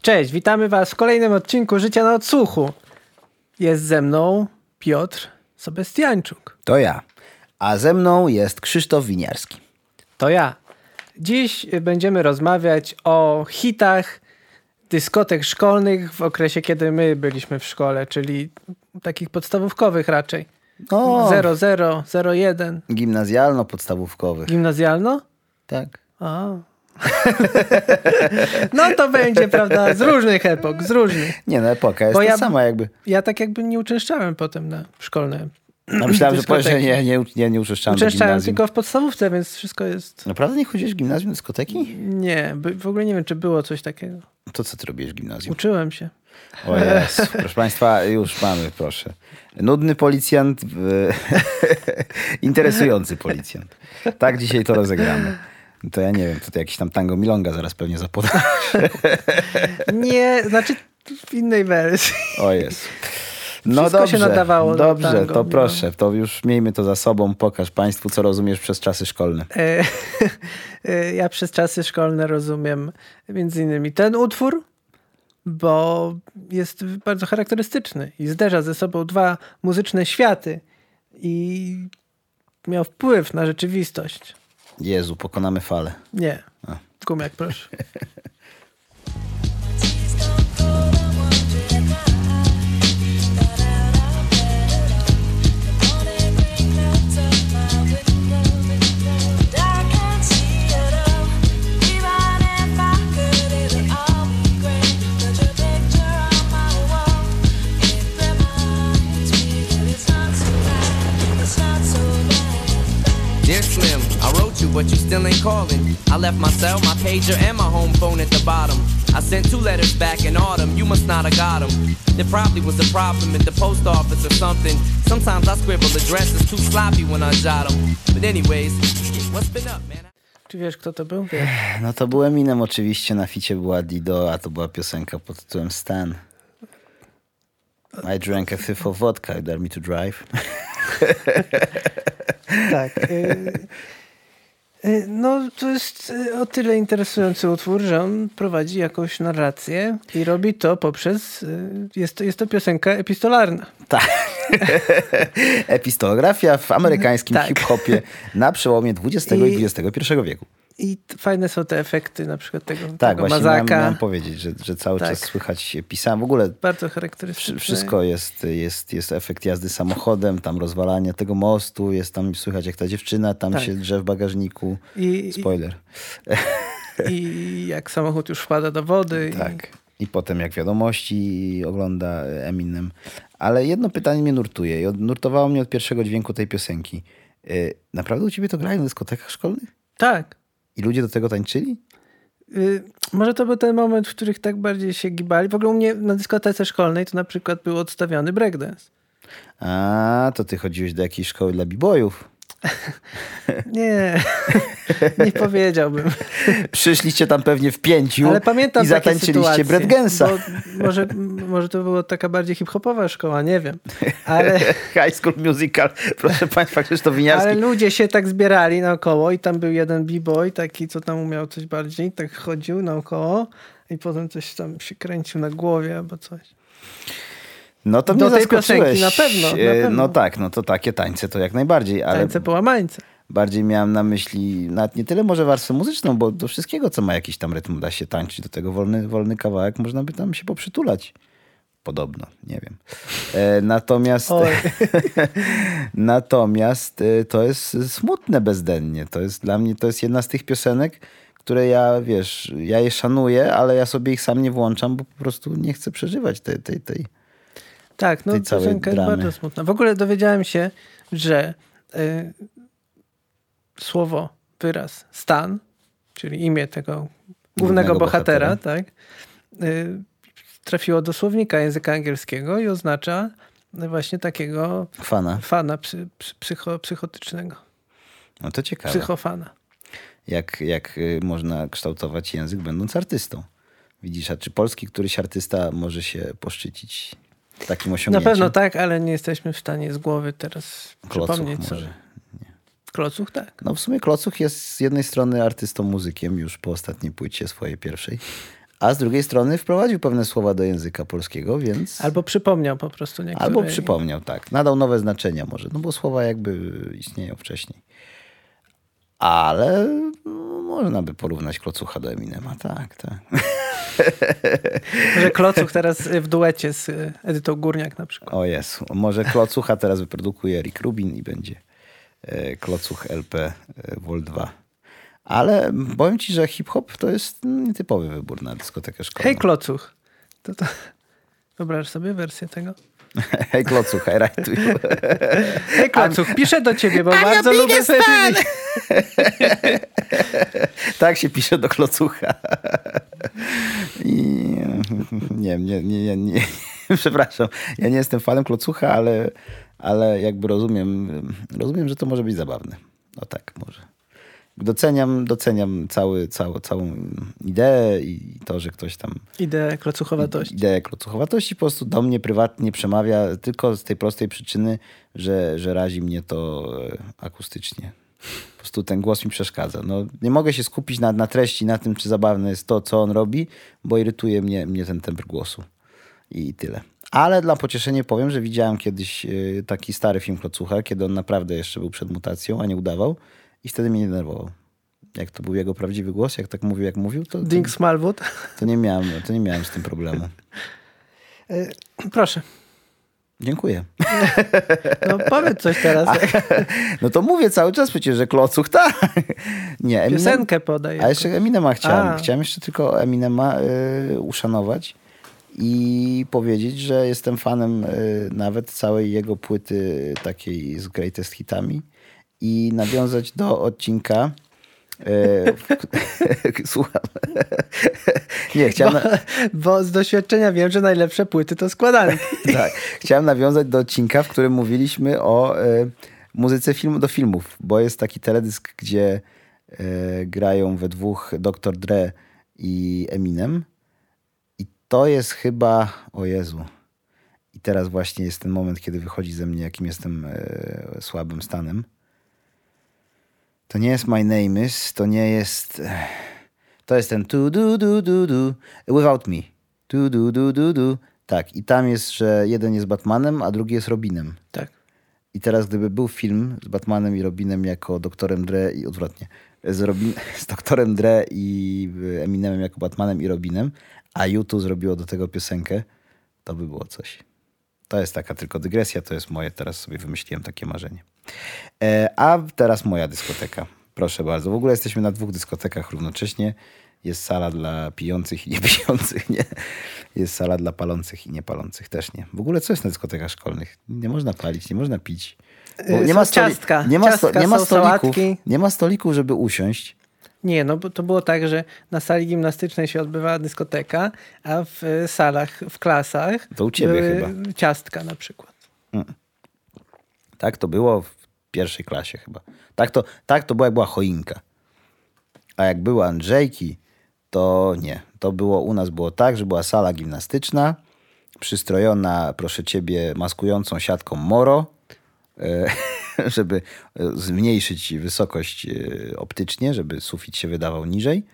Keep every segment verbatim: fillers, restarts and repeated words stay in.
Cześć, witamy was w kolejnym odcinku Życia na odsłuchu. Jest ze mną Piotr Sobestiańczuk. To ja. A ze mną jest Krzysztof Winiarski. To ja. Dziś będziemy rozmawiać o hitach dyskotek szkolnych w okresie, kiedy my byliśmy w szkole, czyli takich podstawówkowych raczej. O, zero zero, zero jeden. Gimnazjalno-podstawówkowych. Gimnazjalno? Tak. A. No to będzie, prawda, z różnych epok, z różnych. Nie no, epoka jest Bo ta ja, sama jakby. Ja tak jakby nie uczęszczałem potem na szkolne No myślałem, że powiesz, że dyskoteki. nie, nie, nie, nie uczęszczałem do Uczęszczałem gimnazjum. tylko w podstawówce, więc wszystko jest... Naprawdę nie chodziłeś w gimnazjum, dyskoteki? Nie, by- w ogóle nie wiem, czy było coś takiego. To co ty robiłeś w gimnazjum? Uczyłem się. O Jezu, proszę państwa, już mamy, proszę. Nudny policjant, e, interesujący policjant. Tak dzisiaj to rozegramy. To ja nie wiem, to jakiś tam tango milonga zaraz pewnie zapodasz. Nie, znaczy w innej wersji. O Jezu. No Wszystko dobrze, się nadawało do dobrze, tango, to nie proszę, to już miejmy to za sobą. Pokaż państwu, co rozumiesz przez czasy szkolne. E, e, ja przez czasy szkolne rozumiem między innymi ten utwór, bo jest bardzo charakterystyczny i zderza ze sobą dwa muzyczne światy i miał wpływ na rzeczywistość. Jezu, pokonamy falę. Nie, A. gumiak proszę. Dear Slim, I wrote you, but you still ain't calling. I left my cell, my pager, and my home phone at the bottom. I sent two letters back in autumn, you must not have got them. There probably was a problem at the post office or something. Sometimes I scribble addresses too sloppy when I jot them. But anyways, what's been up, man? Czy wiesz, kto to był? Wiesz. No to był Eminem oczywiście, na ficie była Dido, a to była piosenka pod tytułem Stan. I drank a fifth of vodka, you dare me to drive. Tak. Y, y, no to jest y, o tyle interesujący utwór, że on prowadzi jakąś narrację i robi to poprzez... Y, jest, to, jest to piosenka epistolarna. Tak. Epistolografia w amerykańskim Tak. hip-hopie na przełomie dwudziestego i I- dwudziestego pierwszego wieku. I t- fajne są te efekty na przykład tego, Tak, tego właśnie miałem, mazaka. miałem powiedzieć, że, że cały Tak. czas słychać pisałem. W ogóle Bardzo wszy- charakterystyczne. wszystko jest, jest, jest efekt jazdy samochodem, tam rozwalanie tego mostu, jest tam słychać jak ta dziewczyna tam Tak. się drze w bagażniku. I, Spoiler. i, I jak samochód już wpada do wody. Tak. I potem jak wiadomości ogląda Eminem. Ale jedno pytanie mnie nurtuje i od- nurtowało mnie od pierwszego dźwięku tej piosenki. Yy, naprawdę u ciebie to grają na dyskotekach szkolnych? I, tak. I ludzie do tego tańczyli? Y, może to był ten moment, w których tak bardziej się gibali. W ogóle u mnie na dyskotece szkolnej to na przykład był odstawiony breakdance. A, to ty chodziłeś do jakiejś szkoły dla b-boyów. Nie, nie powiedziałbym. Przyszliście tam pewnie w pięciu Ale pamiętam i takie zatańczyliście sytuacje, breakdance'a. bo Może, może to była taka bardziej hip-hopowa szkoła, nie wiem. Ale, High School Musical. Proszę państwa, Krzysztof Winiarski. ale ludzie się tak zbierali naokoło i tam był jeden b-boy, taki co tam umiał coś bardziej, tak chodził naokoło i potem coś tam się kręcił na głowie albo coś. No to Do mnie tej zaskoczyłeś. piosenki na pewno, na E, pewno. No tak, no to takie tańce to jak najbardziej, ale Tańce po łamańce. bardziej miałem na myśli nawet nie tyle może warstwę muzyczną, bo do wszystkiego, co ma jakiś tam rytm, da się tańczyć. Do tego wolny, wolny kawałek można by tam się poprzytulać. Podobno, nie wiem. E, natomiast Oj. natomiast e, to jest smutne bezdennie. To jest dla mnie, to jest jedna z tych piosenek, które ja, wiesz, ja je szanuję, ale ja sobie ich sam nie włączam, bo po prostu nie chcę przeżywać tej, tej, tej. Tak, no tej całej piosenka jest dramy. bardzo smutna. W ogóle dowiedziałem się, że y, słowo, wyraz stan, czyli imię tego głównego, Głównego bohatera, bohatera. tak, y, trafiło do słownika języka angielskiego i oznacza właśnie takiego Fana. fana psy, psy, psycho, psychotycznego. No to ciekawe. Psychofana. Jak, jak y, można kształtować język będąc artystą. Widzisz, a czy polski któryś artysta może się poszczycić takim Na osiągnięciem? pewno tak, ale nie jesteśmy w stanie z głowy teraz Klocuch przypomnieć może. sobie. Klocuch, tak. No w sumie Klocuch jest z jednej strony artystą, muzykiem już po ostatniej płycie swojej pierwszej, a z drugiej strony wprowadził pewne słowa do języka polskiego, więc... Albo przypomniał po prostu niektóre. Albo przypomniał, tak. Nadał nowe znaczenia może, no bo słowa jakby istnieją wcześniej. Ale no, można by porównać Klocucha do Eminema, tak, tak. Może Klocuch teraz w duecie z Edytą Górniak na przykład. O Jezu, może Klocucha teraz wyprodukuje Rick Rubin i będzie Klocuch L P Vol dwa. Ale powiem ci, że hip-hop to jest nietypowy wybór na dyskotekę szkolną. Hej Klocuch. To, to... Wyobraź sobie wersję tego? Hej Klocuch, I write to you. Hej Klocuch, piszę do ciebie, bo I'm bardzo lubię fan. Tak się pisze do Klocucha. I nie, nie, nie, nie, nie. Przepraszam, ja nie jestem fanem Klocucha, ale, ale jakby rozumiem, rozumiem, że to może być zabawne. No tak, może. Doceniam, doceniam cały, cały, całą ideę i to, że ktoś tam... Ideę klocuchowatości. Ideę klocuchowatości po prostu do mnie prywatnie przemawia tylko z tej prostej przyczyny, że, że razi mnie to akustycznie. Po prostu ten głos mi przeszkadza. No, nie mogę się skupić na, na treści, na tym, czy zabawne jest to, co on robi, bo irytuje mnie, mnie ten tembr głosu. I tyle. Ale dla pocieszenia powiem, że widziałem kiedyś taki stary film Klocucha, kiedy on naprawdę jeszcze był przed mutacją, a nie udawał. I wtedy mnie nie denerwował. Jak to był jego prawdziwy głos, jak tak mówił, jak mówił, to... Dink Smallwood. To nie miałem, to nie miałem z tym problemu. Proszę. Dziękuję. No powiedz coś teraz. A, no to mówię cały czas przecież, że Klocuch, tak. Nie, Eminem, piosenkę podaj. A jeszcze Eminema chciałem. A. Chciałem jeszcze tylko Eminema y, uszanować i powiedzieć, że jestem fanem y, nawet całej jego płyty takiej z greatest hitami i nawiązać do odcinka. Słucham. Nie, chciałem... Bo, bo z doświadczenia wiem, że najlepsze płyty to składanki. Tak. Chciałem nawiązać do odcinka, w którym mówiliśmy o y, muzyce film, do filmów, bo jest taki teledysk, gdzie y, grają we dwóch doktor Dre i Eminem i to jest chyba... O Jezu. I teraz właśnie jest ten moment, kiedy wychodzi ze mnie, jakim jestem y, słabym stanem. To nie jest My Name Is, to nie jest... To jest ten tu du du du du Without Me. Tu du du du du. Tak, i tam jest, że jeden jest Batmanem, a drugi jest Robinem. Tak. I teraz gdyby był film z Batmanem i Robinem jako doktorem Dre i odwrotnie, z, Robin, z doktorem Dre i Eminemem jako Batmanem i Robinem, a U two zrobiło do tego piosenkę, to by było coś. To jest taka tylko dygresja, to jest moje, teraz sobie wymyśliłem takie marzenie. E, a teraz moja dyskoteka. Proszę bardzo. W ogóle jesteśmy na dwóch dyskotekach równocześnie. Jest sala dla pijących i niepijących, nie? Jest sala dla palących i niepalących, też nie. W ogóle co jest na dyskotekach szkolnych? Nie można palić, nie można pić. Bo nie, ma stoli- ciastka. nie, ma sto- Ciastka, nie ma są stolików. sałatki. Nie ma stolików, żeby usiąść. Nie, no bo to było tak, że na sali gimnastycznej się odbywała dyskoteka, a w salach, w klasach To u ciebie były chyba. ciastka na przykład. Mm. Tak to było w pierwszej klasie chyba. Tak to, tak to była, jak była choinka. A jak były Andrzejki, to nie. To było u nas było tak, że była sala gimnastyczna, przystrojona, proszę ciebie, maskującą siatką Moro, żeby zmniejszyć wysokość optycznie, żeby sufit się wydawał niżej.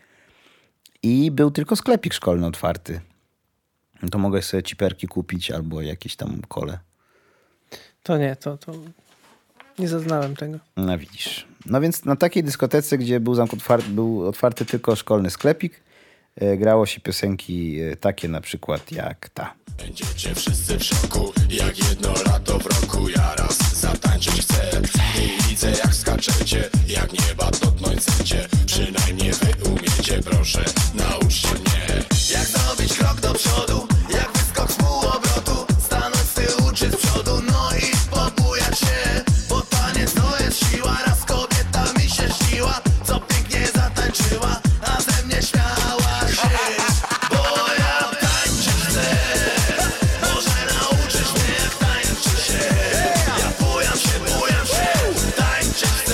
I był tylko sklepik szkolny otwarty. To mogłeś sobie ciperki kupić albo jakieś tam kole. To nie, to, to nie zaznałem tego. No widzisz. No więc na takiej dyskotece, gdzie był, otwarty, był otwarty tylko szkolny sklepik, e, grało się piosenki e, takie na przykład jak ta. Będziecie wszyscy w szoku, jak jedno lato w roku. Ja raz zatańczyć chcę i widzę jak skaczecie, jak nieba dotknąć chcecie. Przynajmniej wy umiecie, proszę, nauczcie mnie. Jak zrobić krok do przodu, jak wyskok z półobrotu, stanąć z tyłu czy z przodu, no i pobujać się. Bo taniec to jest siła, raz kobieta mi się śniła, co pięknie zatańczyła, a ze mnie śmiała się. Bo ja tańczyć chcę, może nauczysz mnie jak tańczy się. Ja bujam się, bujam się, tańczyć chcę,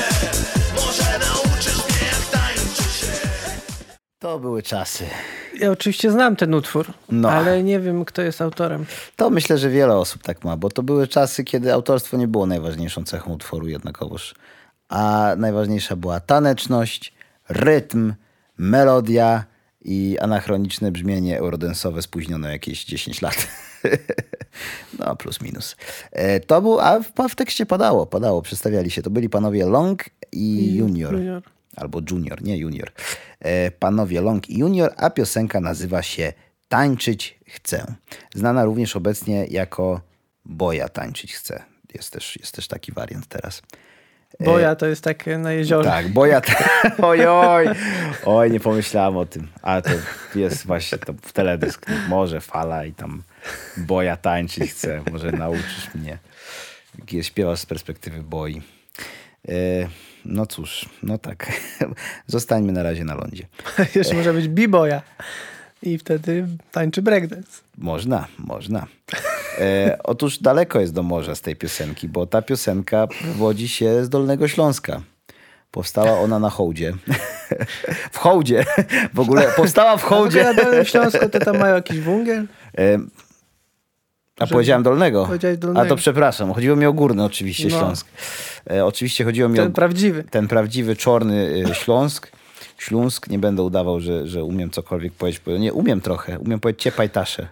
może nauczysz mnie jak tańczy się. To były czasy. Ja oczywiście znam ten utwór, No. ale nie wiem, kto jest autorem. To myślę, że wiele osób tak ma, bo to były czasy, kiedy autorstwo nie było najważniejszą cechą utworu jednakowoż. A najważniejsza była taneczność, rytm, melodia i anachroniczne brzmienie eurodensowe spóźnione jakieś dziesięć lat. No, plus minus. To był, a w, w tekście padało, padało, przedstawiali się. To byli panowie Long i Junior. Junior. Albo Junior, nie Junior. Panowie Long i Junior, a piosenka nazywa się Tańczyć chcę. Znana również obecnie jako Boja tańczyć chcę. Jest też, jest też taki wariant teraz. Boja to jest takie na jeziorze. Tak, boja. Oj, oj, oj, nie pomyślałem o tym. Ale to jest właśnie to w teledysk. Może fala i tam boja tańczyć chce. Może nauczysz mnie. Śpiewasz z perspektywy boi. No cóż, no tak. Zostańmy na razie na lądzie. Jeszcze może być b-boya. I wtedy tańczy breakdance. Można, można. E, otóż daleko jest do morza z tej piosenki, bo ta piosenka wywodzi się z Dolnego Śląska. Powstała ona na Hołdzie. W Hołdzie. W ogóle powstała w Hołdzie. A na Dolnym Śląsku to tam mają jakiś węgiel? E, a Że powiedziałem Dolnego. Powiedziałeś Dolnego. A to przepraszam. Chodziło mi o Górny oczywiście no. Śląsk. E, oczywiście chodziło mi ten o... Ten prawdziwy. Ten prawdziwy, czarny Śląsk. Śląsk. Nie będę udawał, że, że umiem cokolwiek powiedzieć. Nie, umiem trochę. Umiem powiedzieć ciepajtasze.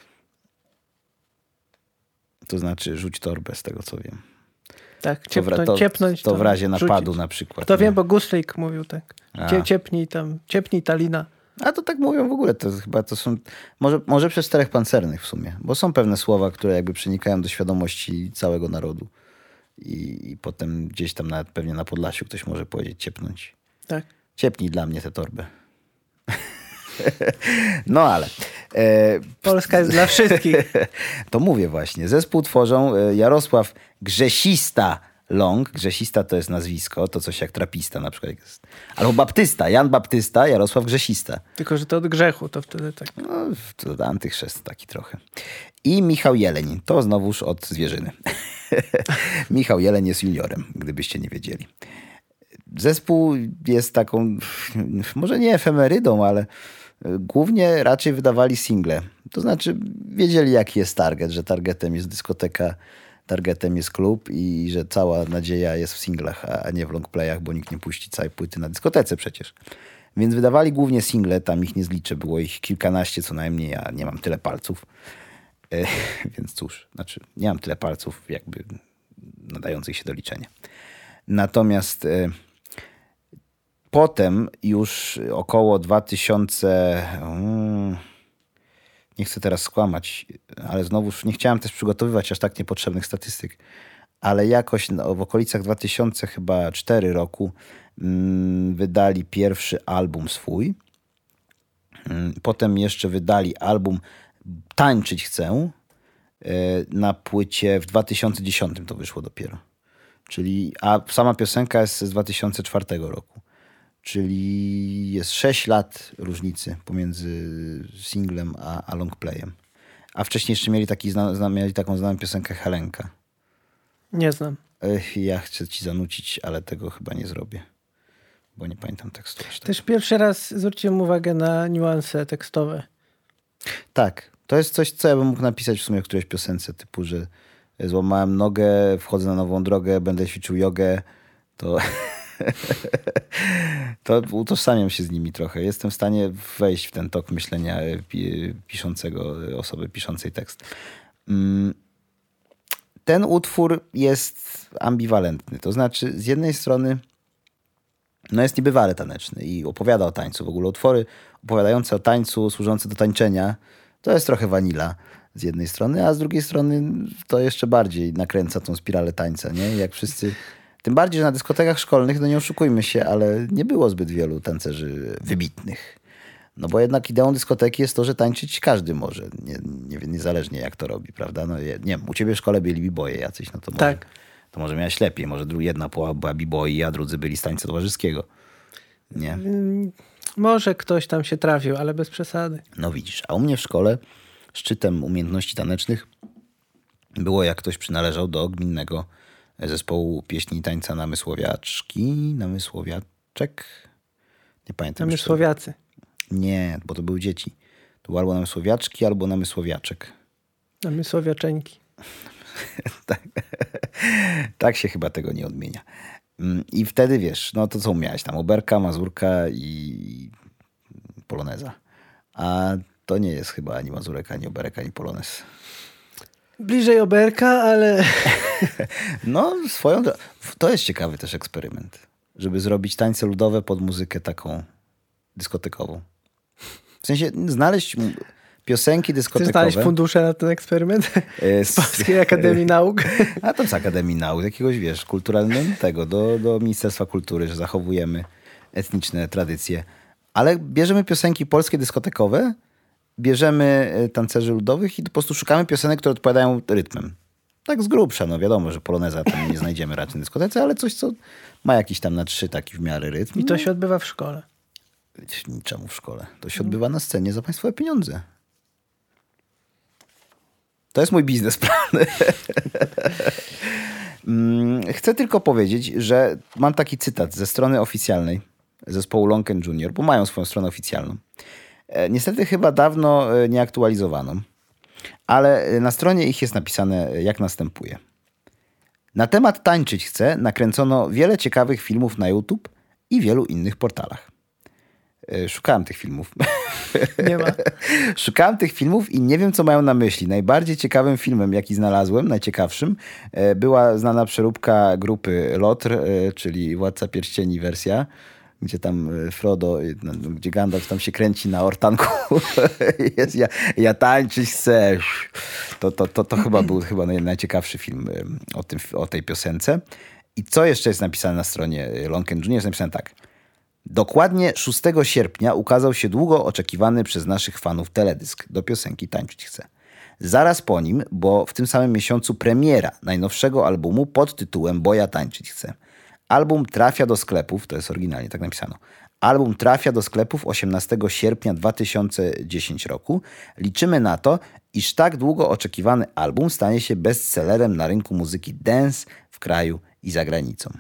To znaczy rzuć torbę, z tego co wiem. Tak, ciepnąć. To, ciepnąć to w razie rzucić. napadu na przykład. To nie? wiem, bo Guslik mówił tak. Cie, ciepnij tam, ciepnij Talina. A to tak mówią w ogóle. To chyba to są... Może, może przez czterech pancernych w sumie. Bo są pewne słowa, które jakby przenikają do świadomości całego narodu. I, i potem gdzieś tam nawet pewnie na Podlasiu ktoś może powiedzieć ciepnąć. Tak. Ciepnij dla mnie tę torbę. No ale... E, Polska jest dla wszystkich. To mówię właśnie. Zespół tworzą Jarosław Grzesista Long. Grzesista to jest nazwisko, to coś jak trapista na przykład jest. Albo baptysta, Jan Baptysta, Jarosław Grzesista. Tylko, że to od grzechu, to wtedy tak. No, to antychrzest taki trochę. I Michał Jeleń, to znowuż od Zwierzyny. Michał Jeleń jest juniorem, gdybyście nie wiedzieli. Zespół jest taką, może nie efemerydą, ale głównie raczej wydawali single. To znaczy wiedzieli, jaki jest target, że targetem jest dyskoteka, targetem jest klub i że cała nadzieja jest w singlach, a nie w longplayach, bo nikt nie puści całej płyty na dyskotece przecież. Więc wydawali głównie single, tam ich nie zliczę, było ich kilkanaście co najmniej, ja nie mam tyle palców. E, więc cóż, znaczy nie mam tyle palców jakby nadających się do liczenia. Natomiast e, potem już około dwa tysiące... Hmm, nie chcę teraz skłamać, ale znowuż nie chciałem też przygotowywać aż tak niepotrzebnych statystyk, ale jakoś no, w okolicach dwa tysiące czwartego roku mm, wydali pierwszy album swój. Mm, potem jeszcze wydali album Tańczyć chcę. Yy, na płycie w dwa tysiące dziesiątym to wyszło dopiero. Czyli, a sama piosenka jest z dwa tysiące czwartego roku. Czyli jest sześć lat różnicy pomiędzy singlem a, a longplayem. A wcześniej jeszcze mieli, taki, zna, zna, mieli taką znaną piosenkę Helenka. Nie znam. Ech, ja chcę ci zanucić, ale tego chyba nie zrobię. Bo nie pamiętam tekstu. Też pierwszy raz zwróciłem uwagę na niuanse tekstowe. Tak. To jest coś, co ja bym mógł napisać w sumie w którejś piosence. Typu, że złamałem nogę, wchodzę na nową drogę, będę ćwiczył jogę. To... to utożsamiam się z nimi trochę. Jestem w stanie wejść w ten tok myślenia piszącego, osoby piszącej tekst. Ten utwór jest ambiwalentny. To znaczy z jednej strony no jest niebywale taneczny i opowiada o tańcu. W ogóle utwory opowiadające o tańcu, służące do tańczenia, to jest trochę wanila z jednej strony, a z drugiej strony to jeszcze bardziej nakręca tą spiralę tańca, nie? Jak wszyscy... Tym bardziej, że na dyskotekach szkolnych, no nie oszukujmy się, ale nie było zbyt wielu tancerzy wybitnych. No bo jednak ideą dyskoteki jest to, że tańczyć każdy może, nie, nie, niezależnie jak to robi, prawda? No nie wiem, u ciebie w szkole byli b-boye jacyś, no to może, tak. to może miałeś lepiej, może jedna połowa była b-boy, a drudzy byli z tańca towarzyskiego. Nie? Może ktoś tam się trafił, ale bez przesady. No widzisz, a u mnie w szkole szczytem umiejętności tanecznych było, jak ktoś przynależał do gminnego zespołu pieśni i tańca Namysłowiaczki, Namysłowiaczek, nie pamiętam. Namysłowiacy. Nie, bo to były dzieci. To było albo Namysłowiaczki, albo Namysłowiaczek. Namysłowiaczeńki. tak. tak się chyba tego nie odmienia. I wtedy wiesz, no to co miałeś tam? Oberka, mazurka i poloneza. A to nie jest chyba ani mazurek, ani oberek, ani polonez. Bliżej oberka, ale... No, swoją drogą. To jest ciekawy też eksperyment. Żeby zrobić tańce ludowe pod muzykę taką dyskotekową. W sensie znaleźć piosenki dyskotekowe. Chcesz znaleźć fundusze na ten eksperyment? Z Polskiej Akademii Nauk. A tam z Akademii Nauk, jakiegoś, wiesz, kulturalnego, do, do Ministerstwa Kultury, że zachowujemy etniczne tradycje. Ale bierzemy piosenki polskie dyskotekowe, bierzemy tancerzy ludowych i po prostu szukamy piosenek, które odpowiadają rytmem. Tak z grubsza, no wiadomo, że poloneza tam nie znajdziemy raczej na dyskotece, ale coś, co ma jakiś tam na trzy taki w miarę rytm. I to się odbywa w szkole. Niczemu w szkole. To się odbywa na scenie za państwowe pieniądze. To jest mój biznesplan. Chcę tylko powiedzieć, że mam taki cytat ze strony oficjalnej zespołu Long and Junior, bo mają swoją stronę oficjalną. Niestety chyba dawno nieaktualizowaną, ale na stronie ich jest napisane jak następuje. Na temat Tańczyć chcę nakręcono wiele ciekawych filmów na YouTube i wielu innych portalach. Szukałem tych filmów. Nie ma. Szukałem tych filmów i nie wiem, co mają na myśli. Najbardziej ciekawym filmem, jaki znalazłem, najciekawszym, była znana przeróbka grupy Lotr, czyli Władca Pierścieni wersja, gdzie tam Frodo, gdzie Gandalf tam się kręci na ortanku. Jest, ja, ja tańczyć chcę. To, to, to, to chyba był chyba najciekawszy film o, tym, o tej piosence. I co jeszcze jest napisane na stronie Long and Junior? Jest napisane tak. Dokładnie szóstego sierpnia ukazał się długo oczekiwany przez naszych fanów teledysk do piosenki Tańczyć chcę. Zaraz po nim, bo w tym samym miesiącu premiera najnowszego albumu pod tytułem Bo ja tańczyć chcę. Album trafia do sklepów, to jest oryginalnie tak napisano, album trafia do sklepów osiemnastego sierpnia dwa tysiące dziesiątego roku. Liczymy na to, iż tak długo oczekiwany album stanie się bestsellerem na rynku muzyki dance w kraju i za granicą.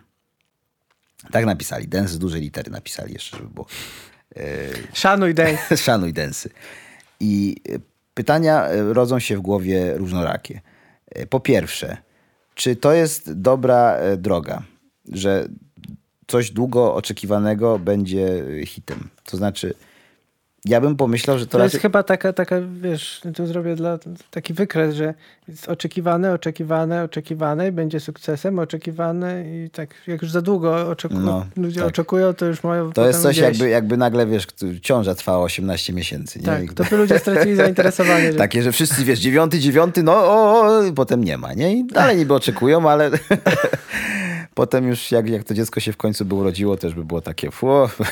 Tak napisali. Dance z dużej litery napisali jeszcze, żeby było. Yy... Szanuj dance. Szanuj densy. I pytania rodzą się w głowie różnorakie. Po pierwsze, czy to jest dobra droga, że coś długo oczekiwanego będzie hitem? To znaczy, ja bym pomyślał, że to... To raczej... jest chyba taka, taka, wiesz, tu zrobię dla, taki wykres, że jest oczekiwane, oczekiwane, oczekiwane i będzie sukcesem, oczekiwane i tak jak już za długo oczekują, no, ludzie tak. oczekują, to już mają... To jest coś gdzieś... jakby, jakby nagle, wiesz, ciąża trwała osiemnaście miesięcy. Nie? Tak, to by ludzie stracili zainteresowanie. Że... Takie, że wszyscy, wiesz, dziewiąty, dziewiąty, no o, o, i potem nie ma, nie? I dalej niby oczekują, ale... Potem już jak, jak to dziecko się w końcu by urodziło, też by było takie fu,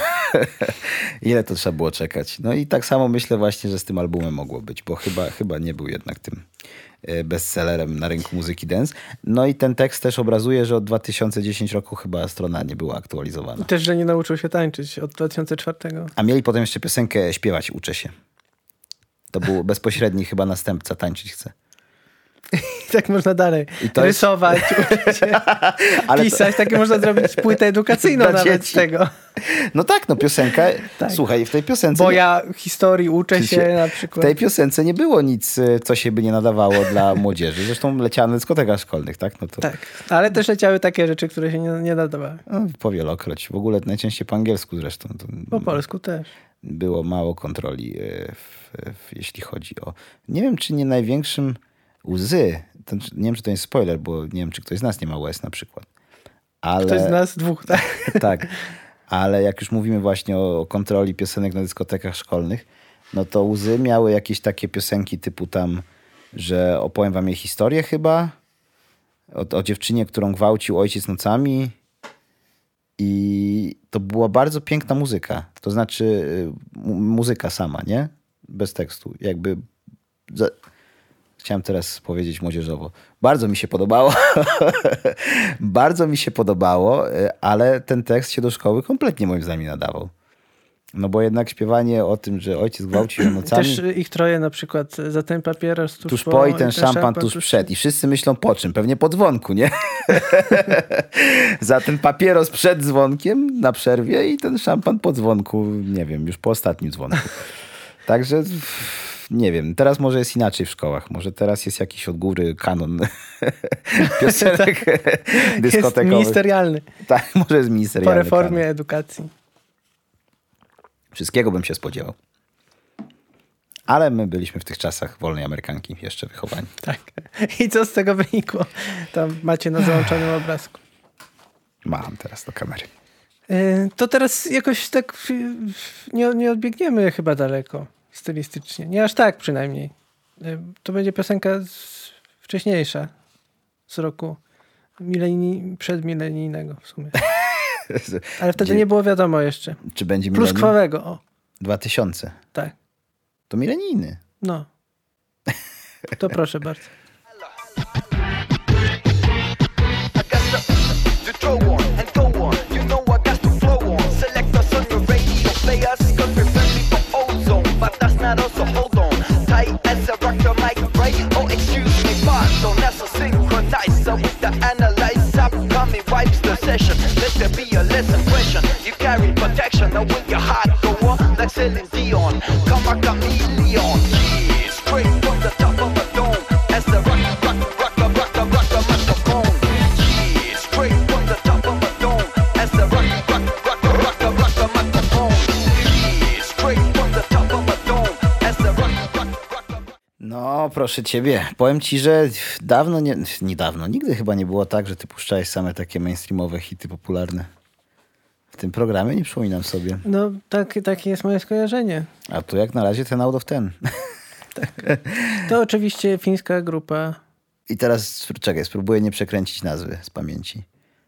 ile to trzeba było czekać. No i tak samo myślę właśnie, że z tym albumem mogło być, bo chyba, chyba nie był jednak tym bestsellerem na rynku muzyki dance. No i ten tekst też obrazuje, że od dwa tysiące dziesiątego roku chyba strona nie była aktualizowana. I też, że nie nauczył się tańczyć od dwa tysiące czwartego. A mieli potem jeszcze piosenkę Śpiewać uczę się. To był bezpośredni chyba następca Tańczyć chcę. I tak można dalej rysować, jest... Ale pisać. To... Takie można zrobić płytę edukacyjną nawet dzieci. Z tego. No tak, no piosenka. Tak. Słuchaj, w tej piosence... Bo nie... ja historii uczę się, się na przykład. W tej piosence nie było nic, co się by nie nadawało dla młodzieży. Zresztą leciały na dyskotekach szkolnych, tak? No to... Tak, ale też leciały takie rzeczy, które się nie, nie nadawały. No, powielokroć. W ogóle najczęściej po angielsku zresztą. To... Po polsku też. Było mało kontroli, w, w, jeśli chodzi o... Nie wiem, czy nie największym... Łzy. To, nie wiem, czy to jest spoiler, bo nie wiem, czy ktoś z nas nie ma łez na przykład. Ale... Ktoś z nas dwóch, tak? Tak. Ale jak już mówimy właśnie o kontroli piosenek na dyskotekach szkolnych, no to Łzy miały jakieś takie piosenki typu tam, że opowiem wam jej historię chyba, o, o dziewczynie, którą gwałcił ojciec nocami i to była bardzo piękna muzyka. To znaczy muzyka sama, nie? Bez tekstu. Jakby... Za... Chciałem teraz powiedzieć młodzieżowo. Bardzo mi się podobało. Bardzo mi się podobało, ale ten tekst się do szkoły kompletnie moim zdaniem nie nadawał. No bo jednak śpiewanie o tym, że ojciec gwałcił ją nocami... Też ich troje na przykład za ten papieros tuż, tuż po, po i ten, ten szampan, szampan tuż tuż przed. I wszyscy myślą po czym? Pewnie po dzwonku, nie? Za ten papieros przed dzwonkiem na przerwie i ten szampan po dzwonku, nie wiem, już po ostatnim dzwonku. Także... Nie wiem, teraz może jest inaczej w szkołach. Może teraz jest jakiś od góry kanon piosenek dyskotekowych. Jest ministerialny. Tak, może jest ministerialny po reformie kanon. Edukacji. Wszystkiego bym się spodziewał. Ale my byliśmy w tych czasach wolnej Amerykanki jeszcze wychowani. Tak. I co z tego wynikło? Tam macie na załączonym obrazku. Mam teraz do kamery. To teraz jakoś tak nie, nie odbiegniemy chyba daleko stylistycznie. Nie aż tak przynajmniej. To będzie piosenka z, wcześniejsza. Z roku milenii, przedmilenijnego w sumie. Ale wtedy Gdzie, nie było wiadomo jeszcze. Czy będzie milenium? Pluskwowego, o. dwa tysiące. Tak. To milenijny. No. To proszę bardzo. Let there be a lesson question. You carry protection, now with your heart go on like Celine Dion. Come a chameleon, yeah, straight from the top of a dome. As the rock, rock, rock, rock, rock, rock, rock, microphone. Yeah, straight from the top of a dome. As the rock, rock, rock, rock, rock, rock, microphone. Yeah, straight from the top of a dome. As the rock, rock, rock, rock. No, proszę ciebie. Powiem ci, że dawno, nie, niedawno, nigdy chyba nie było tak, że ty puszczałeś same takie mainstreamowe hity popularne. W tym programie nie przypominam sobie. No, tak, takie jest moje skojarzenie. A tu jak na razie ten out of ten. Tak. To oczywiście fińska grupa. I teraz, czekaj, spróbuję nie przekręcić nazwy z pamięci.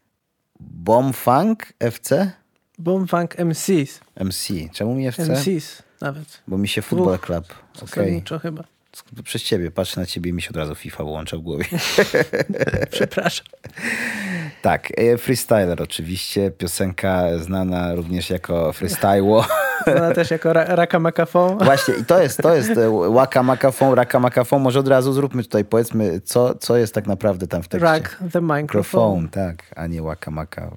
Bombfunk F C? Bombfunk M Cs. M C. Czemu mi F C? M Cs nawet. Bo mi się Football Club. Zasadniczo okay. Chyba. Przez ciebie, patrzę na ciebie i mi się od razu FIFA wyłącza w głowie. Przepraszam. Tak, Freestyler oczywiście, piosenka znana również jako Freestyło. Znana też jako ra- Raka Makafon. Właśnie i to jest, to jest Waka Makafon, Raka Makafon. Może od razu zróbmy tutaj, powiedzmy, co, co jest tak naprawdę tam w tekście. Rack the microphone. Tak, a nie Waka Maka.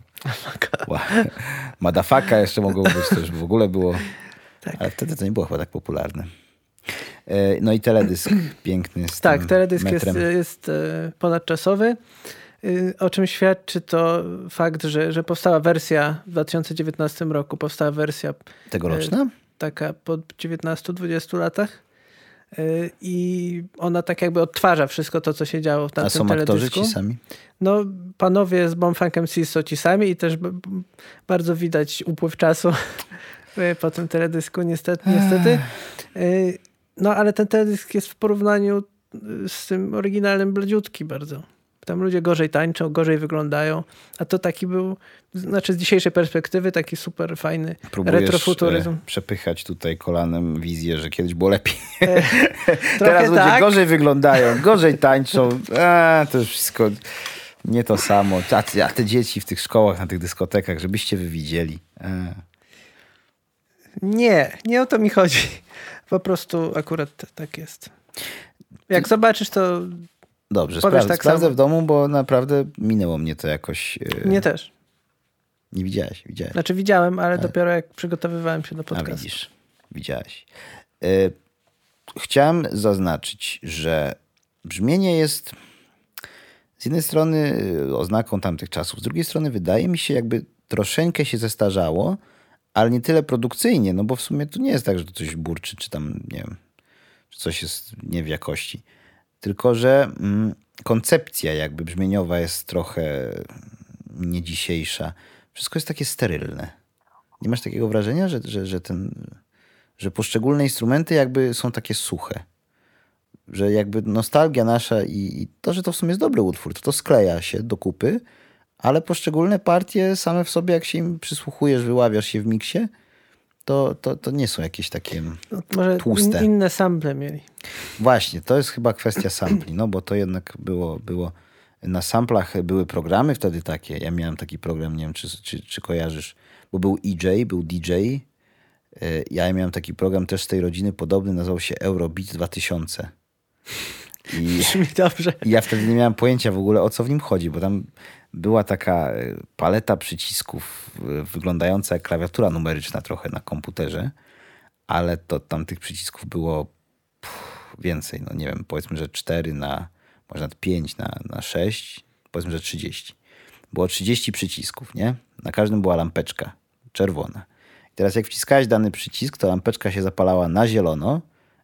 Madafaka jeszcze mogło być, to już w ogóle było. Tak. Ale wtedy to nie było chyba tak popularne. No i teledysk piękny. Z tak, teledysk jest, jest ponadczasowy, o czym świadczy to fakt, że, że powstała wersja w dwa tysiące dziewiętnastym roku, powstała wersja tegoroczna? Taka po dziewiętnastu dwudziestu latach i ona tak jakby odtwarza wszystko to, co się działo w tamtym teledysku. A są aktorzy ci sami? No, panowie z Bombfunk M C są ci sami i też b- b- bardzo widać upływ czasu po tym teledysku, niestety. niestety. No, ale ten teledysk jest w porównaniu z tym oryginalnym bladziutki bardzo. Tam ludzie gorzej tańczą, gorzej wyglądają, a to taki był, znaczy z dzisiejszej perspektywy, taki super fajny retrofuturyzm. Próbujesz przepychać tutaj kolanem wizję, że kiedyś było lepiej. E, Teraz ludzie tak. gorzej wyglądają, gorzej tańczą. A, to już wszystko nie to samo. A te, a te dzieci w tych szkołach, na tych dyskotekach, żebyście wy widzieli. A. Nie, nie o to mi chodzi. Po prostu akurat tak jest. Jak zobaczysz, to dobrze, sprawdzę, tak sprawdzę w domu, bo naprawdę minęło mnie to jakoś. Yy... Mnie też. Nie widziałeś? Widziałeś. Znaczy widziałem, ale, ale dopiero jak przygotowywałem się do podcastu. A widzisz, widziałeś. Yy, chciałem zaznaczyć, że brzmienie jest z jednej strony oznaką tamtych czasów, z drugiej strony wydaje mi się, jakby troszeczkę się zestarzało, ale nie tyle produkcyjnie, no bo w sumie to nie jest tak, że to coś burczy, czy tam, nie wiem, czy coś jest nie w jakości. Tylko, że mm, koncepcja jakby brzmieniowa jest trochę nie dzisiejsza. Wszystko jest takie sterylne. Nie masz takiego wrażenia, że, że, że, ten, że poszczególne instrumenty jakby są takie suche? Że jakby nostalgia nasza i, i to, że to w sumie jest dobry utwór, to to skleja się do kupy, ale poszczególne partie same w sobie, jak się im przysłuchujesz, wyławiasz się w miksie, to, to, to nie są jakieś takie no, może tłuste. In, inne sample mieli. Właśnie, to jest chyba kwestia sampli, no bo to jednak było, było na samplach były programy wtedy takie. Ja miałem taki program, nie wiem, czy, czy, czy kojarzysz, bo był E J, był D J. Ja miałem taki program też z tej rodziny podobny, nazywał się Eurobeat dwa tysiące. I Brzmi dobrze. ja wtedy nie miałem pojęcia w ogóle, o co w nim chodzi, bo tam była taka paleta przycisków wyglądająca jak klawiatura numeryczna trochę na komputerze, ale to tam tych przycisków było pff, więcej. No nie wiem, powiedzmy, że cztery na, może nawet pięć na, na sześć, powiedzmy, że trzydzieści. Było trzydzieści przycisków, nie? Na każdym była lampeczka czerwona. I teraz jak wciskałeś dany przycisk, to lampeczka się zapalała na zielono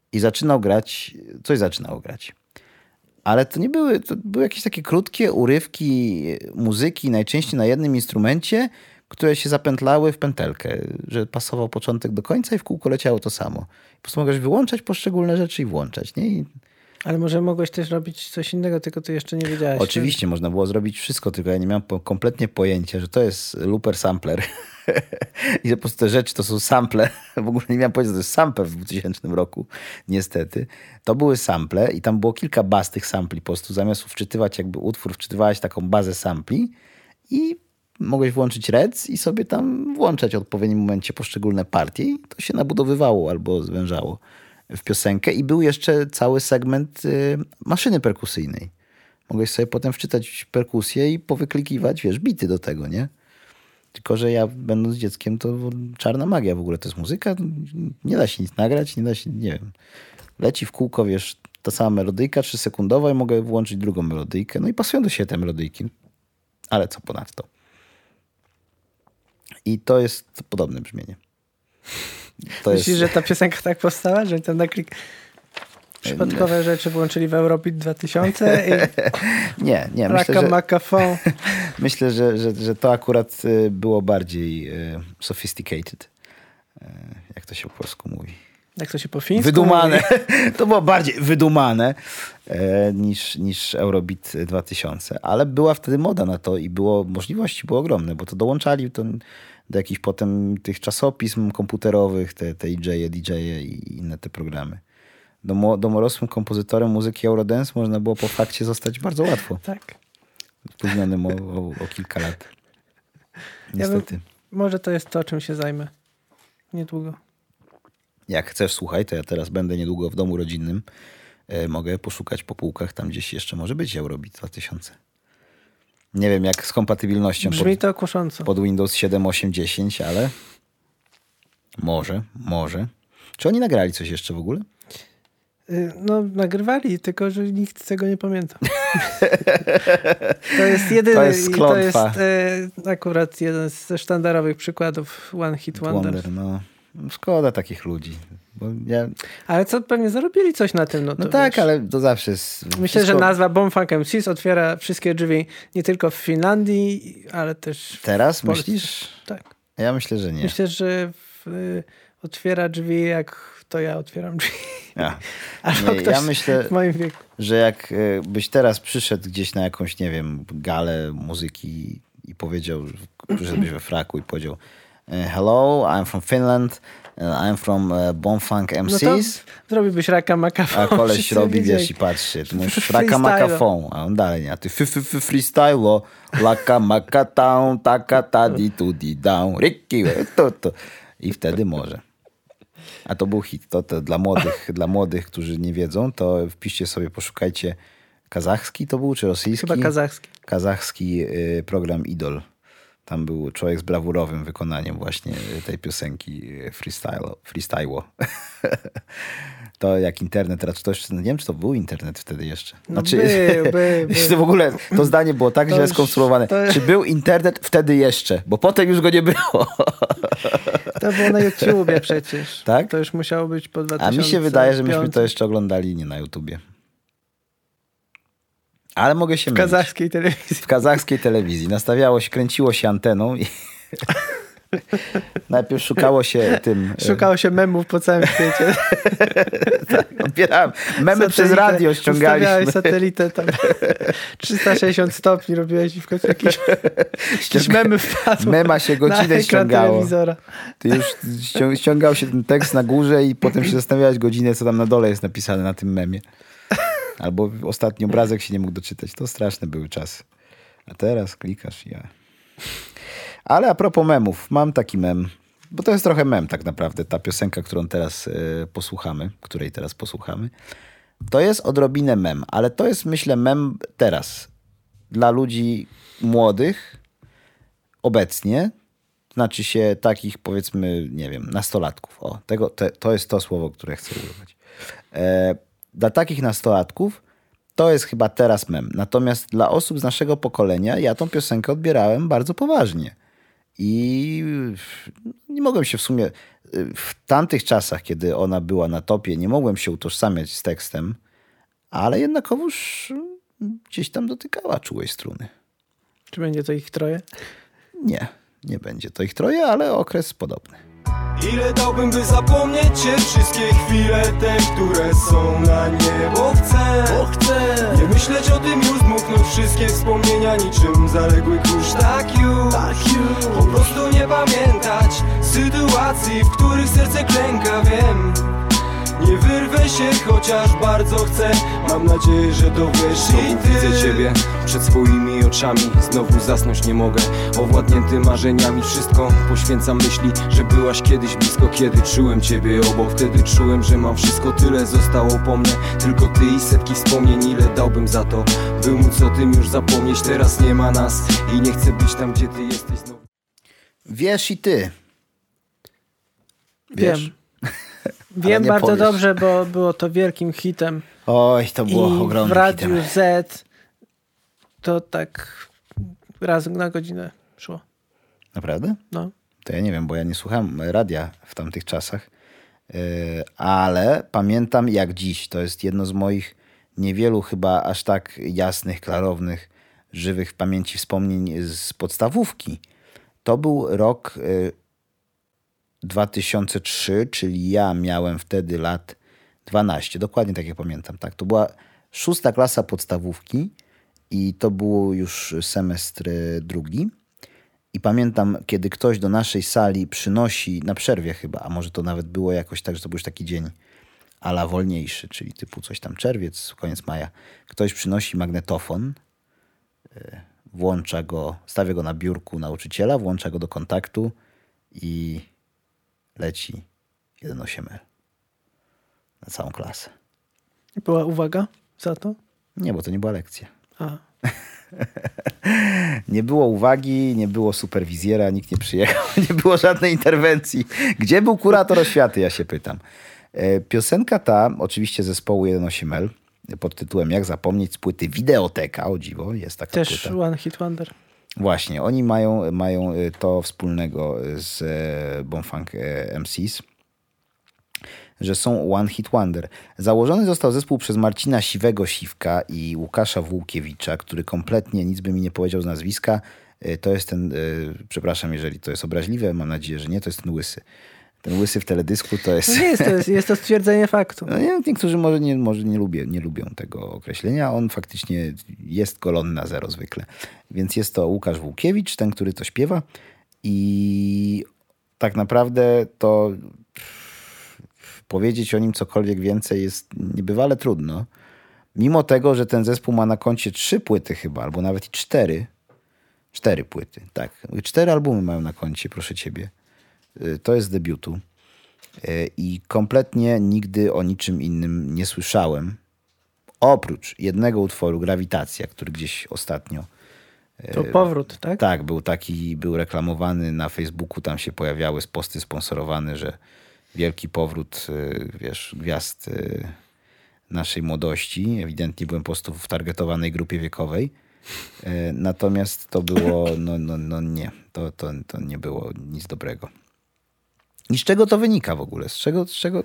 i zaczynał grać, coś zaczynało grać. Ale to nie były, to były jakieś takie krótkie urywki muzyki, najczęściej na jednym instrumencie, które się zapętlały w pętelkę, że pasował początek do końca i w kółko leciało to samo. Po prostu mogłeś wyłączać poszczególne rzeczy i włączać, nie? I... Ale może mogłeś też robić coś innego, tylko ty jeszcze nie wiedziałeś. Oczywiście, można było zrobić wszystko, tylko ja nie miałem po, kompletnie pojęcia, że to jest looper sampler. I że po prostu te rzeczy to są sample. W ogóle nie miałem pojęcia, że to jest sample w dwutysięcznym roku. Niestety. To były sample i tam było kilka baz tych sampli. Po prostu zamiast wczytywać jakby utwór, wczytywałeś taką bazę sampli i mogłeś włączyć rec i sobie tam włączać w odpowiednim momencie poszczególne partie i to się nabudowywało albo zwężało w piosenkę. I był jeszcze cały segment y, maszyny perkusyjnej. Mogłeś sobie potem wczytać perkusję i powyklikiwać, wiesz, bity do tego, nie? Tylko że ja będąc dzieckiem to czarna magia w ogóle. To jest muzyka, nie da się nic nagrać, nie da się, nie wiem. Leci w kółko, wiesz, ta sama melodyjka trzysekundowa i mogę włączyć drugą melodyjkę. No i pasują do siebie te melodyjki. Ale co ponadto? I to jest podobne brzmienie. To Myślisz, jest... że ta piosenka tak powstała, że ten naklik... Przypadkowe rzeczy włączyli w Eurobeat dwa tysiące i... Nie, nie. Raka Myślę, że, Macafon. myślę że, że, że to akurat było bardziej sophisticated. Jak to się po polsku mówi? Jak to się po fińsku Wydumane. mówi? To było bardziej wydumane e, niż, niż Eurobeat dwa tysiące. Ale była wtedy moda na to i było, możliwości były ogromne, bo to dołączali to do jakichś potem tych czasopism komputerowych, te, te D J-e, D J-e i inne te programy. Domorosłym kompozytorem muzyki Eurodance można było po fakcie zostać bardzo łatwo. Tak. Spóźnionym o, o, o kilka lat. Niestety. Ja bym, może to jest to, czym się zajmę. Niedługo. Jak chcesz, słuchaj, to ja teraz będę niedługo w domu rodzinnym. E, mogę poszukać po półkach, tam gdzieś jeszcze może być Eurobeat dwa tysiące. Nie wiem jak z kompatybilnością Brzmi pod, to kusząco. pod Windows siedem, osiem, dziesięć, ale może, może. Czy oni nagrali coś jeszcze w ogóle? No, nagrywali, tylko że nikt tego nie pamięta. To jest jedyny, to jest, to jest e, akurat jeden ze sztandarowych przykładów One Hit Wonder. Wonder no. Szkoda takich ludzi. Bo ja... Ale co, pewnie zarobili coś na tym. No, to no tak, wiesz. ale to zawsze jest... Myślę, wszystko... że nazwa Bomb Funk M Cs otwiera wszystkie drzwi nie tylko w Finlandii, ale też Teraz w Polsce. myślisz? Tak. Ja myślę, że nie. Myślę, że w, y, otwiera drzwi jak to ja otwieram drzwi. Ja, Albo nie, ktoś ja myślę, w moim wieku. że jak byś teraz przyszedł gdzieś na jakąś, nie wiem, galę muzyki i powiedział, przyszedłbyś we fraku i powiedział hello, I'm from Finland, I'm from Bomb Funk M Cs. No to zrobiłbyś Raka Macafon. A koleś Wszyscy robi, wiedzieli. wiesz, i patrzy, ty mówisz Freestyle. Raka Macafon, a on dalej nie, a ty f f f freestyle, laka macatown, taka ta di tu di down, riki, to to. I wtedy może. A to był hit. To, to dla młodych, dla młodych, którzy nie wiedzą, to wpiszcie sobie, poszukajcie kazachski to był, czy rosyjski? Chyba kazachski. Kazachski y, program Idol. Tam był człowiek z brawurowym wykonaniem właśnie tej piosenki freestyle, freestyle. To jak internet, teraz to jeszcze, nie wiem, czy to był internet wtedy jeszcze. Znaczy, no był, był, był. To w ogóle to zdanie było tak to źle już, skonstruowane. to... Czy był internet wtedy jeszcze? Bo potem już go nie było. To było na YouTubie przecież. Tak? To już musiało być po dwa tysiące A mi się wydaje, że myśmy to jeszcze oglądali nie na YouTubie. Ale mogę się W mylić. kazachskiej telewizji. W kazachskiej telewizji. Nastawiało się, kręciło się anteną i najpierw szukało się tym... Szukało się memów po całym świecie. Tak, odbierałem. Memy Satelitę. przez radio ściągaliśmy. Ustawiałeś satelitę tam trzysta sześćdziesiąt stopni, robiłeś i w końcu jakieś, jakieś memy wpadło. Mema się godzinę na ściągało. telewizora. Ty już ściągał się ten tekst na górze i potem się zastanawiałeś godzinę, co tam na dole jest napisane na tym memie. Albo ostatni obrazek się nie mógł doczytać. To straszne były czasy. A teraz klikasz i ja... Ale a propos memów, mam taki mem, bo to jest trochę mem tak naprawdę, ta piosenka, którą teraz y, posłuchamy, której teraz posłuchamy, to jest odrobinę mem, ale to jest, myślę, mem teraz dla ludzi młodych obecnie, znaczy się takich, powiedzmy, nie wiem, nastolatków. O, tego, te, to jest to słowo, które chcę używać. E, dla takich nastolatków to jest chyba teraz mem. Natomiast dla osób z naszego pokolenia ja tą piosenkę odbierałem bardzo poważnie. I nie mogłem się w sumie... W tamtych czasach, kiedy ona była na topie, nie mogłem się utożsamiać z tekstem, ale jednakowoż gdzieś tam dotykała czułej struny. Czy będzie to ich troje? Nie, nie będzie to ich troje, ale okres podobny. Ile dałbym, by zapomnieć cię, wszystkie chwile te, które są na nie, bo chcę, bo chcę nie myśleć o tym już, dmuchnąć wszystkie wspomnienia niczym zaległy kurz, tak już, tak już. Po prostu nie pamiętać sytuacji, w których serce klęka, wiem. Nie wyrwę się, chociaż bardzo chcę. Mam nadzieję, że to wiesz i ty. Widzę ciebie przed swoimi oczami, znowu zasnąć nie mogę. Owładnięty marzeniami, wszystko poświęcam myśli, że byłaś kiedyś blisko, kiedy czułem ciebie obok. Wtedy czułem, że mam wszystko, tyle zostało po mnie. Tylko ty i setki wspomnień, ile dałbym za to, by móc o tym już zapomnieć. Teraz nie ma nas i nie chcę być tam, gdzie ty jesteś znowu. Wiesz i ty. Wiesz? Wiem. Wiem bardzo powiesz. dobrze, bo było to wielkim hitem. Oj, to było I ogromnym w Radiu hitem. Z to tak raz na godzinę szło. Naprawdę? No. To ja nie wiem, bo ja nie słuchałem radia w tamtych czasach, yy, ale pamiętam jak dziś. To jest jedno z moich niewielu chyba aż tak jasnych, klarownych, żywych w pamięci wspomnień z podstawówki. To był rok yy, dwa tysiące trzeci, czyli ja miałem wtedy lat dwanaście. Dokładnie tak jak pamiętam. Tak? To była szósta klasa podstawówki i to był już semestr drugi. I pamiętam, kiedy ktoś do naszej sali przynosi, na przerwie chyba, a może to nawet było jakoś tak, że to był już taki dzień a la wolniejszy, czyli typu coś tam czerwiec, koniec maja. Ktoś przynosi magnetofon, włącza go, stawia go na biurku nauczyciela, włącza go do kontaktu i leci jeden osiem L na całą klasę. Była uwaga za to? Nie, bo to nie była lekcja. A. Nie było uwagi, nie było superwizjera, nikt nie przyjechał, nie było żadnej interwencji. Gdzie był kurator oświaty, ja się pytam. Piosenka ta, oczywiście zespołu jeden osiem L, pod tytułem Jak zapomnieć, z płyty Wideoteka, o dziwo, jest taka Też płyta. One Hit Wonder. Właśnie, oni mają, mają to wspólnego z Bomfunk M Cs, że są One Hit Wonder. Założony został zespół przez Marcina Siwego Siwka i Łukasza Włókiewicza, który kompletnie nic by mi nie powiedział z nazwiska. To jest ten, przepraszam, jeżeli to jest obraźliwe, mam nadzieję, że nie, to jest ten łysy. Ten łysy w teledysku to jest... No nie jest to, jest, jest to stwierdzenie faktu. No nie, niektórzy może, nie, może nie, lubię, nie lubią tego określenia. On faktycznie jest golony na zero zwykle. Więc jest to Łukasz Włókiewicz, ten, który to śpiewa. I tak naprawdę to powiedzieć o nim cokolwiek więcej jest niebywale trudno. Mimo tego, że ten zespół ma na koncie trzy płyty chyba, albo nawet i cztery. Cztery płyty, tak. Cztery albumy mają na koncie, proszę ciebie. To jest z debiutu. I kompletnie nigdy o niczym innym nie słyszałem. Oprócz jednego utworu, Grawitacja, który gdzieś ostatnio... To powrót, tak? Tak, był taki, był reklamowany na Facebooku, tam się pojawiały posty sponsorowane, że wielki powrót, wiesz, gwiazd naszej młodości. Ewidentnie byłem po prostu w targetowanej grupie wiekowej. Natomiast to było, no, no, no nie, to, to, to nie było nic dobrego. I z czego to wynika w ogóle? Z czego? Z czego?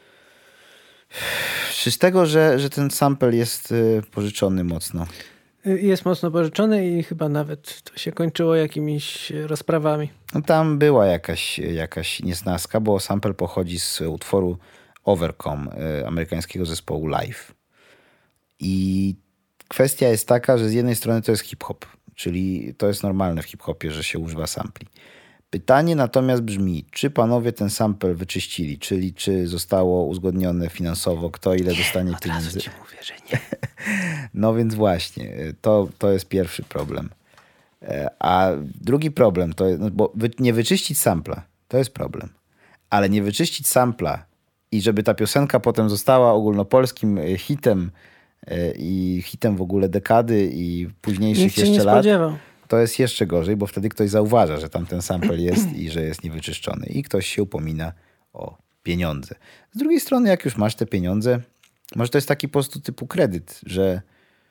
Czy z tego, że, że ten sample jest pożyczony mocno? Jest mocno pożyczony i chyba nawet to się kończyło jakimiś rozprawami. No tam była jakaś, jakaś niesnaska, bo sample pochodzi z utworu Overcome amerykańskiego zespołu Live. I kwestia jest taka, że z jednej strony to jest hip-hop, czyli to jest normalne w hip-hopie, że się używa sampli. Pytanie natomiast brzmi, czy panowie ten sample wyczyścili, czyli czy zostało uzgodnione finansowo, kto ile nie, dostanie od pieniędzy. razu ci mówię, że nie. No więc właśnie, to, to jest pierwszy problem. A drugi problem to jest, no bo nie wyczyścić sampla, to jest problem. Ale nie wyczyścić sampla i żeby ta piosenka potem została ogólnopolskim hitem i hitem w ogóle dekady i późniejszych Nikt się jeszcze nie lat. spodziewał. To jest jeszcze gorzej, bo wtedy ktoś zauważa, że tam ten sample jest i że jest niewyczyszczony. I ktoś się upomina o pieniądze. Z drugiej strony, jak już masz te pieniądze, może to jest taki po prostu typu kredyt, że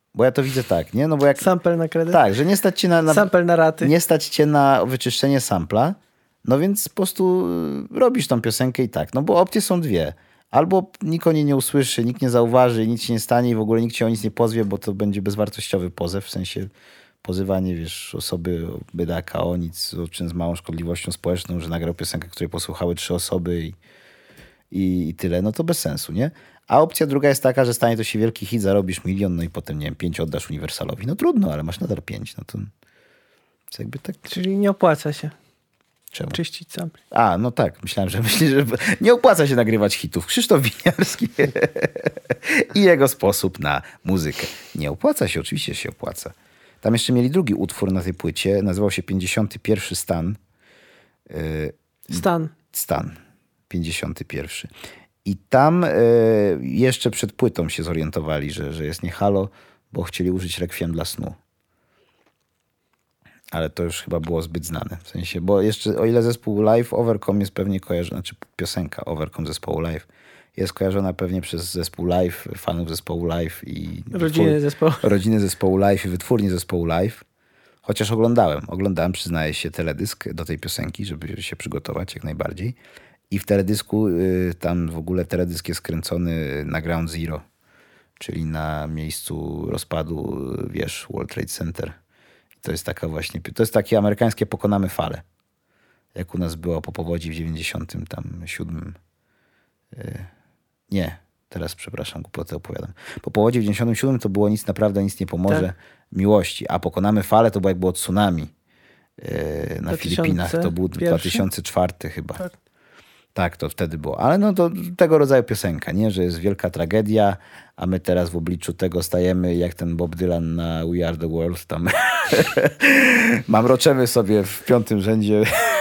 Bo ja to widzę tak, nie? No bo jak... Sample na kredyt? Tak, że nie stać cię na... na Sample na raty. Nie stać cię na wyczyszczenie sampla, no więc po prostu robisz tą piosenkę i tak. No bo opcje są dwie. Albo nikt o niej nie usłyszy, nikt nie zauważy, nic się nie stanie i w ogóle nikt cię o nic nie pozwie, bo to będzie bezwartościowy pozew, w sensie pozywanie, wiesz, osoby bydaka o nic, o czym z małą szkodliwością społeczną, że nagrał piosenkę, której posłuchały trzy osoby i, i, i tyle. No to bez sensu, nie? A opcja druga jest taka, że stanie to się wielki hit, zarobisz milion, no i potem, nie wiem, pięć oddasz Uniwersalowi. No trudno, ale masz nadal pięć. No to, to jakby tak... Czyli nie opłaca się Czemu? czyścić sample. A, no tak. Myślałem, że myślisz, że nie opłaca się nagrywać hitów. Krzysztof Winiarski i jego sposób na muzykę. Nie opłaca się, oczywiście się opłaca. Tam jeszcze mieli drugi utwór na tej płycie. Nazywał się pięćdziesiąty pierwszy stan. Stan. Stan. pięćdziesiąty pierwszy. I tam y, jeszcze przed płytą się zorientowali, że, że jest nie halo, bo chcieli użyć Rekwiem dla snu. Ale to już chyba było zbyt znane. W sensie, bo jeszcze o ile zespół Live, Overcome jest pewnie kojarzona, znaczy piosenka Overcome zespołu Live jest kojarzona pewnie przez zespół Live, fanów zespołu Live i... Rodziny wytwór... zespołu. Rodziny zespołu Live i wytwórni zespołu Live. Chociaż oglądałem. Oglądałem, przyznaję się, teledysk do tej piosenki, żeby się przygotować jak najbardziej. I w teledysku, y, tam w ogóle teledysk jest kręcony na Ground Zero, czyli na miejscu rozpadu, wiesz, World Trade Center. To jest taka właśnie, to jest takie amerykańskie pokonamy falę. Jak u nas było po powodzi w dziewięćdziesiątym siódmym. Yy, nie, teraz przepraszam, głupotę opowiadam. Po powodzi w dziewięćdziesiątym siódmym to było nic naprawdę, nic nie pomoże tak. miłości. A pokonamy falę to było jak było tsunami yy, na Filipinach. To był dwa tysiące czwarty chyba. Tak. Tak, to wtedy było. Ale no to tego rodzaju piosenka, nie? Że jest wielka tragedia, a my teraz w obliczu tego stajemy jak ten Bob Dylan na We Are The World. Tam mamroczemy sobie w piątym rzędzie.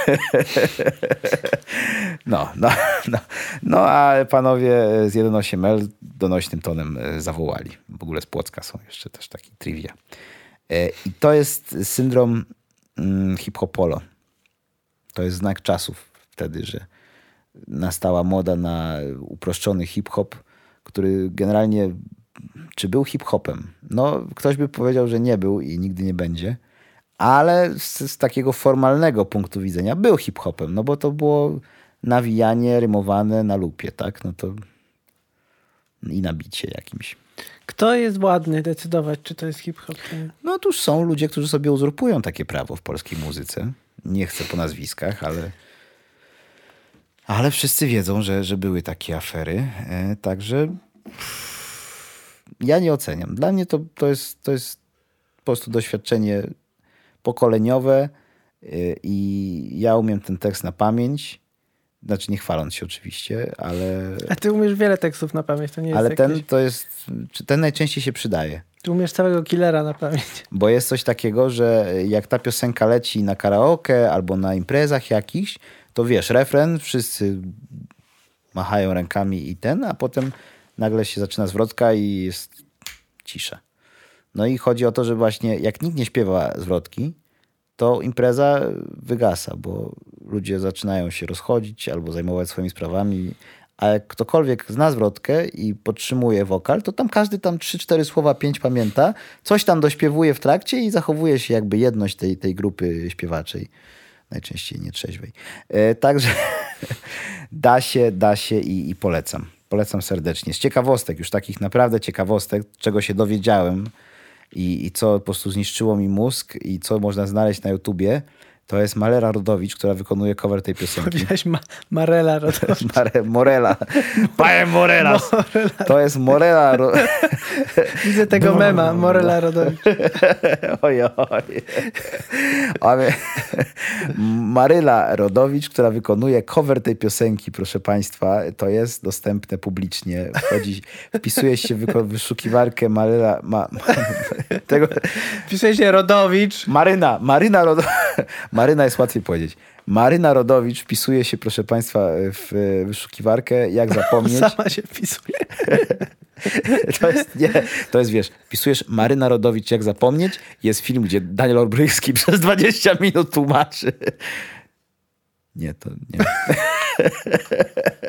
no, no, no. No, a panowie z jeden osiem L donośnym tonem zawołali. W ogóle z Płocka są jeszcze też taki trivia. I to jest syndrom mm, hip-hopolo. To jest znak czasów wtedy, że nastała moda na uproszczony hip-hop, który generalnie, czy był hip-hopem? No, ktoś by powiedział, że nie był i nigdy nie będzie, ale z, z takiego formalnego punktu widzenia był hip-hopem, no bo to było nawijanie rymowane na lupie, tak? No to i na bicie jakimś. Kto jest władny decydować, czy to jest hip-hop? No otóż są ludzie, którzy sobie uzurpują takie prawo w polskiej muzyce. Nie chcę po nazwiskach, ale... Ale wszyscy wiedzą, że, że były takie afery, e, także pff, ja nie oceniam. Dla mnie to, to, jest, to jest po prostu doświadczenie pokoleniowe e, i ja umiem ten tekst na pamięć. Znaczy nie chwaląc się oczywiście, ale... A ty umiesz wiele tekstów na pamięć, to nie jest Ale jakieś... ten to jest... Ten najczęściej się przydaje. Ty umiesz całego Killera na pamięć. Bo jest coś takiego, że jak ta piosenka leci na karaoke albo na imprezach jakichś, to wiesz, refren, wszyscy machają rękami i ten, a potem nagle się zaczyna zwrotka i jest cisza. No i chodzi o to, że właśnie jak nikt nie śpiewa zwrotki, to impreza wygasa, bo ludzie zaczynają się rozchodzić albo zajmować swoimi sprawami, a jak ktokolwiek zna zwrotkę i podtrzymuje wokal, to tam każdy tam trzy, cztery słowa, pięć pamięta, coś tam dośpiewuje w trakcie i zachowuje się jakby jedność tej, tej grupy śpiewaczej. Najczęściej nietrzeźwej. E, także da się, da się i, i polecam. Polecam serdecznie. Z ciekawostek, już takich naprawdę ciekawostek, czego się dowiedziałem i, i co po prostu zniszczyło mi mózg i co można znaleźć na YouTubie, to jest Malera Rodowicz, która wykonuje cover tej piosenki. Powiedziałeś ma Marela Rodowicz. Mare, Morela. Panie Morela. To jest Morela. Ro... Widzę tego no, mema, Morela Rodowicz. Oj, oj. Mamy Maryla Rodowicz, która wykonuje cover tej piosenki, proszę państwa. To jest dostępne publicznie. Wchodzi, wpisuje się w wyszukiwarkę Maryla... Ma, ma, tego... Wpisuje się Rodowicz. Maryna. Maryna Rodowicz. Maryna jest łatwiej powiedzieć. Maryna Rodowicz wpisuje się, proszę państwa, w wyszukiwarkę, jak zapomnieć. Sama się wpisuje. To jest, nie, to jest, wiesz, wpisujesz Maryna Rodowicz, jak zapomnieć. Jest film, gdzie Daniel Olbrychski przez dwadzieścia minut tłumaczy. Nie, to nie.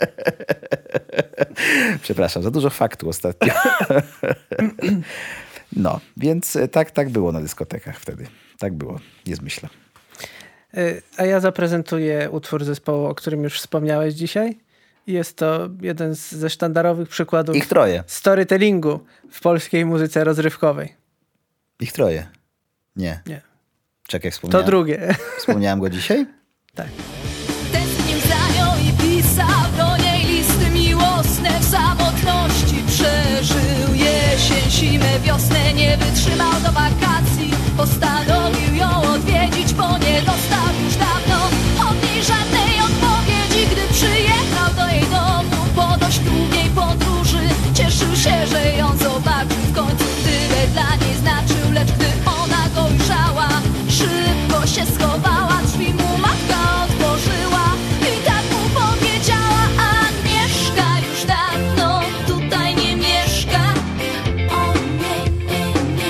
Przepraszam, za dużo faktu ostatnio. No, więc tak, tak było na dyskotekach wtedy. Tak było, nie zmyślę. A ja zaprezentuję utwór zespołu, o którym już wspomniałeś dzisiaj. Jest to jeden z, ze sztandarowych przykładów Ich troje. storytellingu w polskiej muzyce rozrywkowej. Ich troje. Nie. Nie. Czekaj, wspomniałem. To drugie. Wspomniałem go dzisiaj? Tak. Tęsknił za nią i pisał do niej listy miłosne. W samotności przeżył jesień, zimę, wiosnę. Nie wytrzymał do wakacji, postanowił ją odwiedzić, bo nie dostał już dawno od niej żadnej odpowiedzi. Gdy przyjechał do jej domu po dość długiej podróży, cieszył się, że ją zobaczył. W końcu tyle dla niej znaczył, lecz gdy ona go ujrzała, szybko się schowała. Drzwi mu matka otworzyła i tak mu powiedziała: Agnieszka już dawno tutaj nie mieszka. O nie, nie, nie.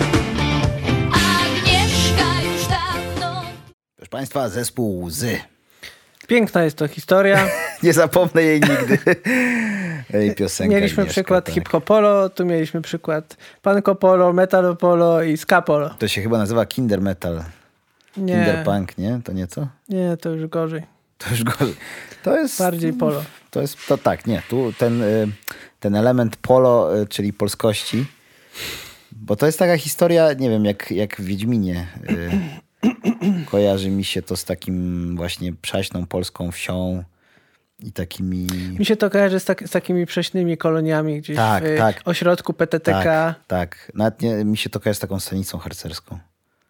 Agnieszka już dawno. Proszę Państwa, zespół Łzy. Piękna jest to historia. Nie zapomnę jej nigdy. Jej piosenka. Mieliśmy Agnieszka, przykład tak. hip-hopolo, tu mieliśmy przykład punkopolo, metalopolo i skapolo. To się chyba nazywa Kinder Metal. Nie, Kinder Punk, nie? To nieco? nie, to już gorzej. To już gorzej. To jest... Bardziej polo. To jest, to tak, nie. Tu ten, y, ten element polo, y, czyli polskości, bo to jest taka historia, nie wiem, jak, jak w Wiedźminie. Y, kojarzy mi się to z takim właśnie przaśną polską wsią i takimi... Mi się to kojarzy z, tak, z takimi prześnymi koloniami gdzieś Tak, w tak. ośrodku P T T K. Tak, tak. Nawet nie, mi się to kojarzy z taką stanicą harcerską.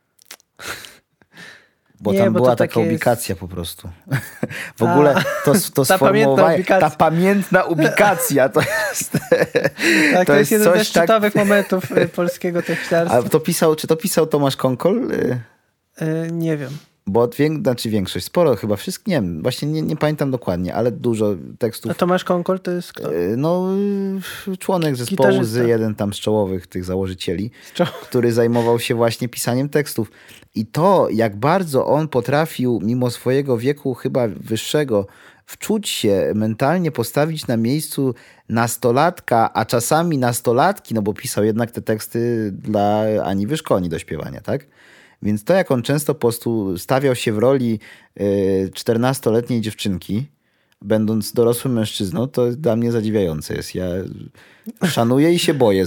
Bo Nie, tam bo była to taka takie ubikacja po prostu. W ogóle to, to Ta pamiętna sformułowanie, ubikacja. ta pamiętna ubikacja to jest... Tak, to, jest jeden ze coś tak- szczytowych momentów y, polskiego A tekściarstwa. to pisał, czy to pisał Tomasz Konkol? Y, Y, nie wiem. Bo wię, znaczy większość, sporo chyba, wszystkie, nie wiem, właśnie nie, nie pamiętam dokładnie, ale dużo tekstów. A Tomasz Konkol to jest kto? y, No, y, członek zespołu, Gitarzysta. z jeden tam z czołowych tych założycieli, Z czoł- który zajmował się właśnie pisaniem tekstów. I to, jak bardzo on potrafił, mimo swojego wieku chyba wyższego, wczuć się, mentalnie postawić na miejscu nastolatka, a czasami nastolatki, no bo pisał jednak te teksty dla Ani Wyszkoni do śpiewania, tak? Więc to, jak on często po prostu stawiał się w roli czternastoletniej dziewczynki, będąc dorosłym mężczyzną, to dla mnie zadziwiające jest. Ja szanuję i się boję.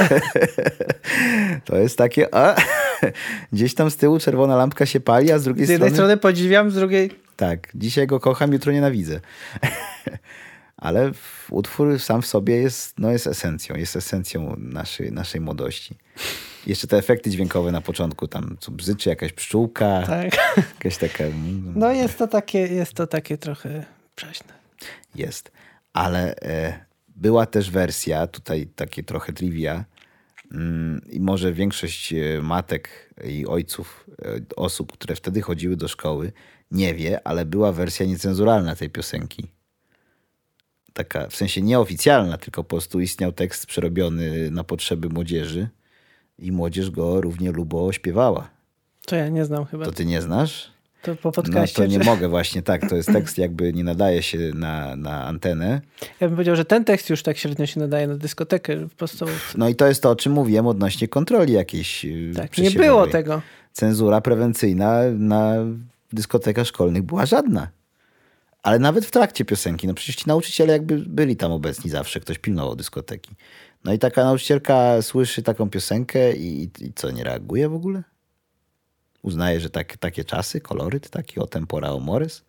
To jest takie... A, gdzieś tam z tyłu czerwona lampka się pali, a z drugiej Z jednej strony... strony podziwiam, z drugiej... Tak, dzisiaj go kocham, jutro nienawidzę. Ale utwór sam w sobie jest, no jest esencją, jest esencją naszej, naszej młodości. Jeszcze te efekty dźwiękowe na początku, tam co bzyczy jakaś pszczółka, Tak. jakaś taka... No jest to takie, jest to takie trochę prześne. Jest. Ale e, była też wersja, tutaj takie trochę trivia, mm, i może większość e, matek i ojców, e, osób, które wtedy chodziły do szkoły, nie wie, ale była wersja niecenzuralna tej piosenki. Taka, w sensie nieoficjalna, tylko po prostu istniał tekst przerobiony na potrzeby młodzieży i młodzież go równie lubo śpiewała. To ja nie znam chyba. To ty nie znasz? To po No podcaście. to nie czy... mogę właśnie, tak. To jest tekst jakby nie nadaje się na, na antenę. Ja bym powiedział, że ten tekst już tak średnio się nadaje na dyskotekę w podstawówce. No i to jest to, o czym mówiłem odnośnie kontroli jakiejś. Tak, nie przesiewowej. było tego. Cenzura prewencyjna na dyskotekach szkolnych była żadna. Ale nawet w trakcie piosenki. No przecież ci nauczyciele jakby byli tam obecni zawsze. Ktoś pilnował dyskoteki. No i taka nauczycielka słyszy taką piosenkę i, i co, nie reaguje w ogóle? Uznaje, że tak, takie czasy, koloryt, taki o tempora o mores.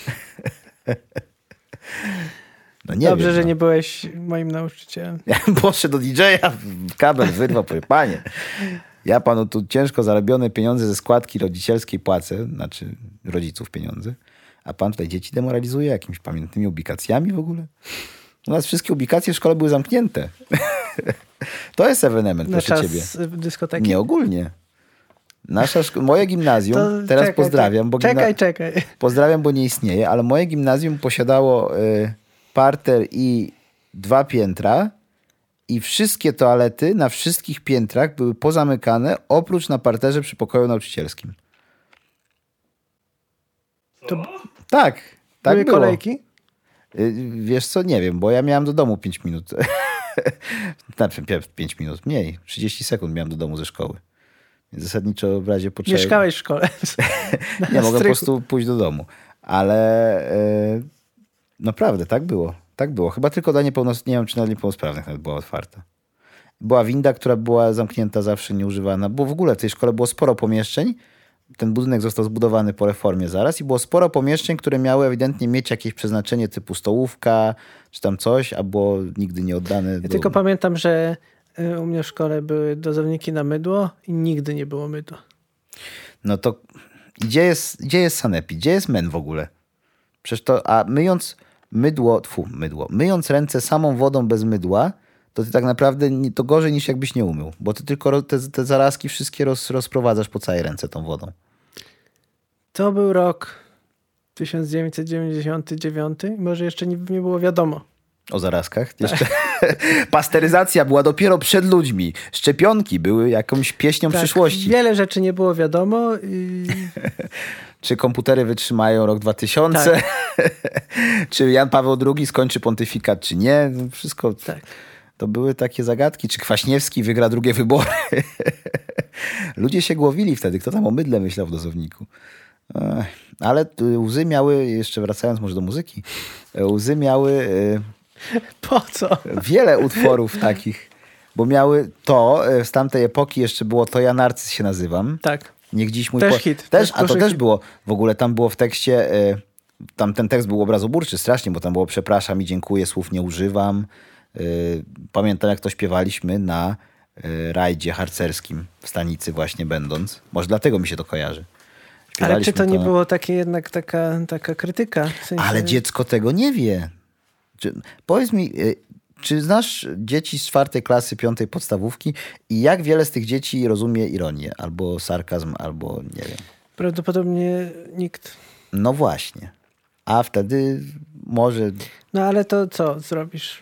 No nie Dobrze, wiem, że no. nie byłeś moim nauczycielem. Ja poszedł do D J-a, kabel wyrwał, powie, panie, ja panu tu ciężko zarobione pieniądze ze składki rodzicielskiej płacę, znaczy rodziców pieniądze, a pan tutaj dzieci demoralizuje jakimiś pamiętnymi ubikacjami w ogóle? U nas wszystkie ubikacje w szkole były zamknięte. To jest ewenement, Na proszę czas ciebie. dyskoteki. Nie ogólnie. Nasza szko- moje gimnazjum, To teraz czekaj, pozdrawiam, bo Czekaj, gimna- czekaj. pozdrawiam, bo nie istnieje, ale moje gimnazjum posiadało y, parter i dwa piętra i wszystkie toalety na wszystkich piętrach były pozamykane, oprócz na parterze przy pokoju nauczycielskim. To Tak, tak były było. kolejki? Y, Wiesz co, nie wiem, bo ja miałem do domu pięć minut. Znaczy pięć minut mniej, trzydzieści sekund miałem do domu ze szkoły. Więc zasadniczo w razie potrzeby... Mieszkałeś w szkole. Nie, mogę po prostu pójść do domu. Ale e, naprawdę tak było. Tak było. Chyba tylko dla niepełnosprawnych, nie wiem czy dla niepełnosprawnych nawet była otwarta. Była winda, która była zamknięta zawsze, nieużywana, bo w ogóle w tej szkole było sporo pomieszczeń. Ten budynek został zbudowany po reformie zaraz i było sporo pomieszczeń, które miały ewidentnie mieć jakieś przeznaczenie typu stołówka czy tam coś, albo nigdy nie oddane. Ja do... tylko pamiętam, że u mnie w szkole były dozowniki na mydło i nigdy nie było mydła. No to gdzie jest, gdzie jest sanepid? Gdzie jest men w ogóle? Przecież to, a myjąc mydło, tfu, mydło, myjąc ręce samą wodą bez mydła, to ty tak naprawdę nie, to gorzej niż jakbyś nie umył, bo ty tylko te, te zarazki wszystkie roz, rozprowadzasz po całej ręce tą wodą. To był rok tysiąc dziewięćset dziewięćdziesiąty dziewiąty. Może jeszcze nie, nie było wiadomo. O zarazkach? Jeszcze pasteryzacja była dopiero przed ludźmi. Szczepionki były jakąś pieśnią tak, przyszłości. Wiele rzeczy nie było wiadomo. I... Czy komputery wytrzymają rok dwa tysiące? Tak. Czy Jan Paweł drugi skończy pontyfikat, czy nie? Wszystko... Tak. To były takie zagadki. Czy Kwaśniewski wygra drugie wybory? Ludzie się głowili wtedy. Kto tam o mydle myślał w dozowniku? Ech. Ale łzy miały, jeszcze wracając może do muzyki, łzy miały... Po co? Wiele utworów takich, bo miały to, z tamtej epoki jeszcze było To ja Narcyz się nazywam. Tak. Niech dziś mój... Też po... hit. Też, też a to też hit. było, w ogóle tam było w tekście, tam ten tekst był obrazoburczy strasznie, bo tam było przepraszam i dziękuję, słów nie używam. Pamiętam jak to śpiewaliśmy na rajdzie harcerskim w stanicy właśnie będąc. Może dlatego mi się to kojarzy. Ale czy to nie to... było takie jednak taka, taka krytyka? W sensie... Ale dziecko tego nie wie. Czy, powiedz mi, czy znasz dzieci z czwartej klasy, piątej podstawówki i jak wiele z tych dzieci rozumie ironię, albo sarkazm, albo nie wiem. Prawdopodobnie nikt. No właśnie. A wtedy może... No ale to co zrobisz?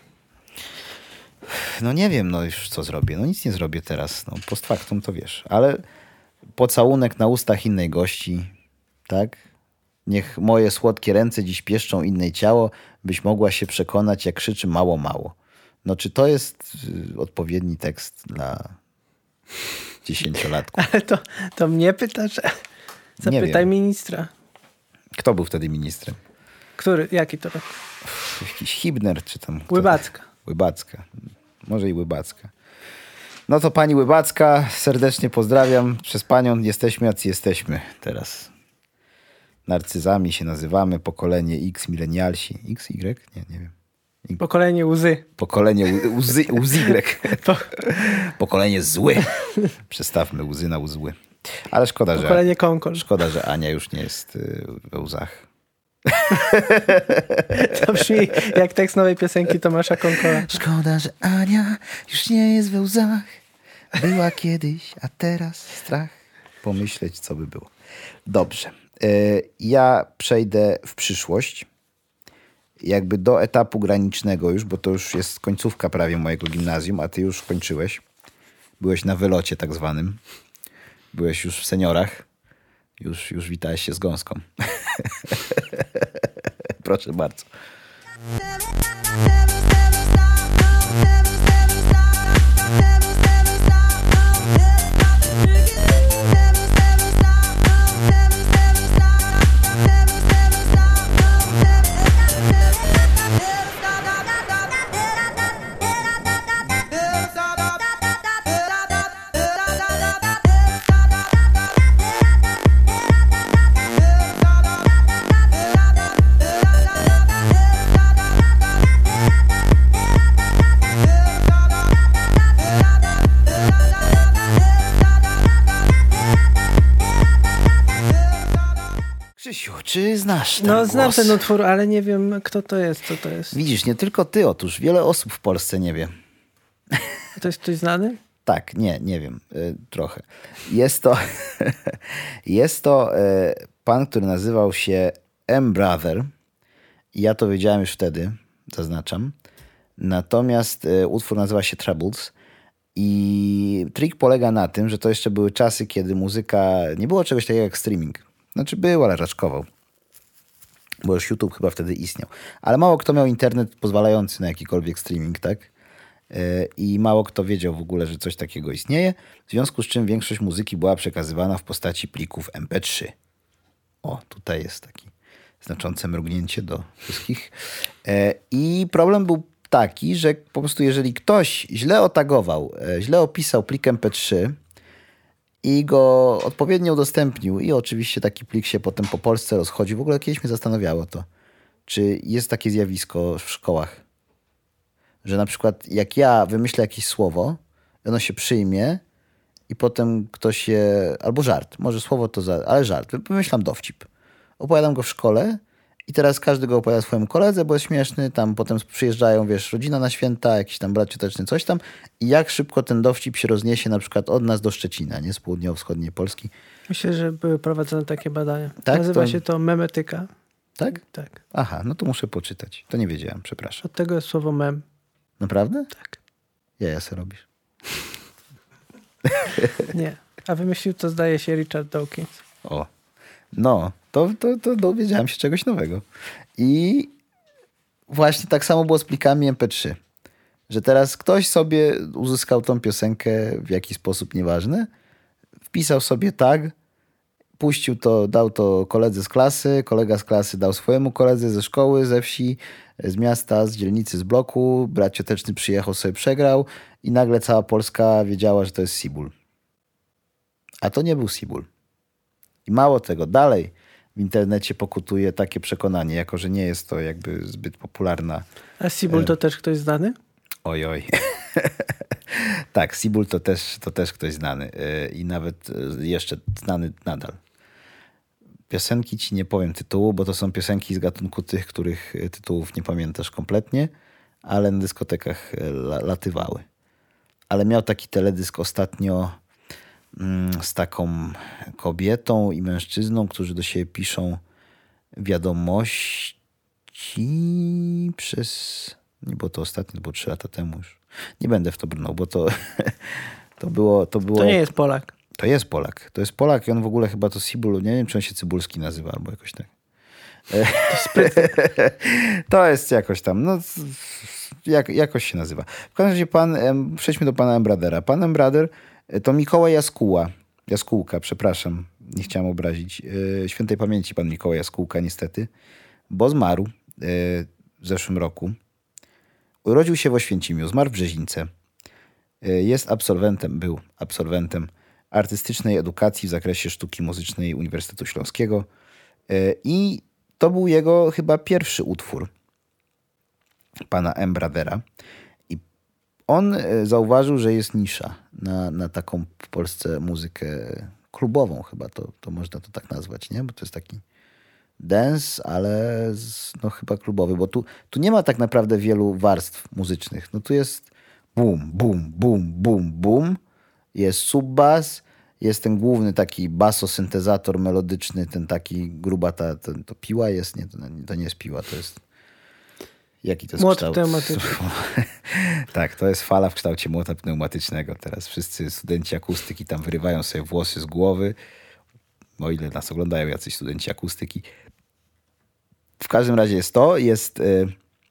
No nie wiem, no już co zrobię. No nic nie zrobię teraz. No post factum to wiesz. Ale pocałunek na ustach innej gości, tak? Niech moje słodkie ręce dziś pieszczą innej ciało, byś mogła się przekonać, jak krzyczy mało, mało. No czy to jest y, odpowiedni tekst dla dziesięciolatków? Ale to, to mnie pytasz? Zapytaj ministra. Kto był wtedy ministrem? Który? Jaki to rok? Jakiś Hibner czy tam... Kto? Łybacka. Łybacka. Może i Łybacka. No to pani Łybacka, serdecznie pozdrawiam. Przez panią jesteśmy, jacy jesteśmy teraz. Narcyzami się nazywamy, pokolenie X, milenialsi. X, Y? Nie, nie wiem. I... Pokolenie łzy. Pokolenie łzy, łzy Y. Po... Pokolenie zły. Przestawmy łzy na łzły. Ale szkoda, pokolenie że... Pokolenie Konkol. Szkoda, że Ania już nie jest we łzach. To brzmi jak tekst nowej piosenki Tomasza Konkola. Szkoda, że Ania już nie jest we łzach. Była kiedyś, a teraz strach. Pomyśleć, co by było. Dobrze. Ja przejdę w przyszłość. Jakby do etapu granicznego już, bo to już jest końcówka prawie mojego gimnazjum, a ty już kończyłeś. Byłeś na wylocie tak zwanym. Byłeś już w seniorach. Już, już witałeś się z gąską. Proszę bardzo. Czy znasz ten No głos? znam ten utwór, ale nie wiem kto to jest, co to jest. Widzisz, nie tylko ty, otóż wiele osób w Polsce nie wie. To jest ktoś znany? Tak, nie, nie wiem, y, trochę. Jest to, jest to y, pan, który nazywał się M-Brother. I ja to wiedziałem już wtedy, zaznaczam. Natomiast y, utwór nazywa się Troubles. I trik polega na tym, że to jeszcze były czasy, kiedy muzyka, nie było czegoś takiego jak streaming. Znaczy był, ale raczkował. Bo już YouTube chyba wtedy istniał. Ale mało kto miał internet pozwalający na jakikolwiek streaming, tak? i mało kto wiedział w ogóle, że coś takiego istnieje, w związku z czym większość muzyki była przekazywana w postaci plików em pe trzy. O, tutaj jest takie znaczące mrugnięcie do wszystkich. I problem był taki, że po prostu jeżeli ktoś źle otagował, źle opisał plik em pe trzy i go odpowiednio udostępnił i oczywiście taki plik się potem po Polsce rozchodzi. W ogóle kiedyś mnie zastanawiało to, czy jest takie zjawisko w szkołach, że na przykład jak ja wymyślę jakieś słowo, ono się przyjmie i potem ktoś je, albo żart, może słowo to, za, ale żart, wymyślam dowcip. Opowiadam go w szkole i teraz każdy go opowiada swojemu koledze, bo jest śmieszny, tam potem przyjeżdżają, wiesz, rodzina na święta, jakiś tam brat cioteczny, coś tam i jak szybko ten dowcip się rozniesie na przykład od nas do Szczecina, nie? Z południowo-wschodniej Polski. Myślę, że były prowadzone takie badania. Tak? Nazywa To... się to memetyka. Tak? Tak. Aha, no to muszę poczytać. To nie wiedziałem, przepraszam. Od tego jest słowo mem. Naprawdę? Tak. Jaja se robisz. Nie. A wymyślił to, zdaje się, Richard Dawkins. O. No, to, to, to dowiedziałem się czegoś nowego. I właśnie tak samo było z plikami em pe trzy. Że teraz ktoś sobie uzyskał tą piosenkę w jakiś sposób nieważny, wpisał sobie tag, puścił to, dał to koledze z klasy, kolega z klasy dał swojemu koledze ze szkoły, ze wsi, z miasta, z dzielnicy, z bloku, brat cioteczny przyjechał, sobie przegrał i nagle cała Polska wiedziała, że to jest Sibul. A to nie był Sibul. I mało tego, dalej w internecie pokutuje takie przekonanie, jako że nie jest to jakby zbyt popularna. A Sibul to też ktoś znany? Oj, oj. Tak, Sibul to też, to też ktoś znany i nawet jeszcze znany nadal. Piosenki ci nie powiem tytułu, bo to są piosenki z gatunku tych, których tytułów nie pamiętasz kompletnie, ale na dyskotekach latywały. Ale miał taki teledysk ostatnio z taką kobietą i mężczyzną, którzy do siebie piszą wiadomości przez... Nie było to ostatnio, to było trzy lata temu już. Nie będę w to brnął, bo to, to było... To, było... to nie jest Polak. To jest Polak. To jest Polak i on w ogóle chyba to Sibul, nie wiem, czy on się Cybulski nazywa albo jakoś tak. To, to jest jakoś tam, no jak, jakoś się nazywa. W każdym razie pan, przejdźmy do pana Embradera. Pan Embrader to Mikołaj Jaskóła. Jaskółka, przepraszam, nie chciałem obrazić. Świętej pamięci pan Mikołaj Jaskółka niestety, bo zmarł w zeszłym roku. Urodził się w Oświęcimiu, zmarł w Brzezince. Jest absolwentem, był absolwentem artystycznej edukacji w zakresie sztuki muzycznej Uniwersytetu Śląskiego i to był jego chyba pierwszy utwór pana Embradera. I on zauważył, że jest nisza na, na taką w Polsce muzykę klubową chyba, to, to można to tak nazwać, nie? Bo to jest taki dance, ale z, no chyba klubowy, bo tu, tu nie ma tak naprawdę wielu warstw muzycznych. No tu jest bum, bum, bum, bum, bum, jest subbas, jest ten główny taki basosyntezator melodyczny, ten taki gruba, ta, ten, to piła jest, nie, to, to nie jest piła, to jest jaki to jest młot kształt? pneumatyczny. Tak, to jest fala w kształcie młota pneumatycznego. Teraz wszyscy studenci akustyki tam wyrywają sobie włosy z głowy, o ile nas oglądają jacyś studenci akustyki. W każdym razie jest to, jest y,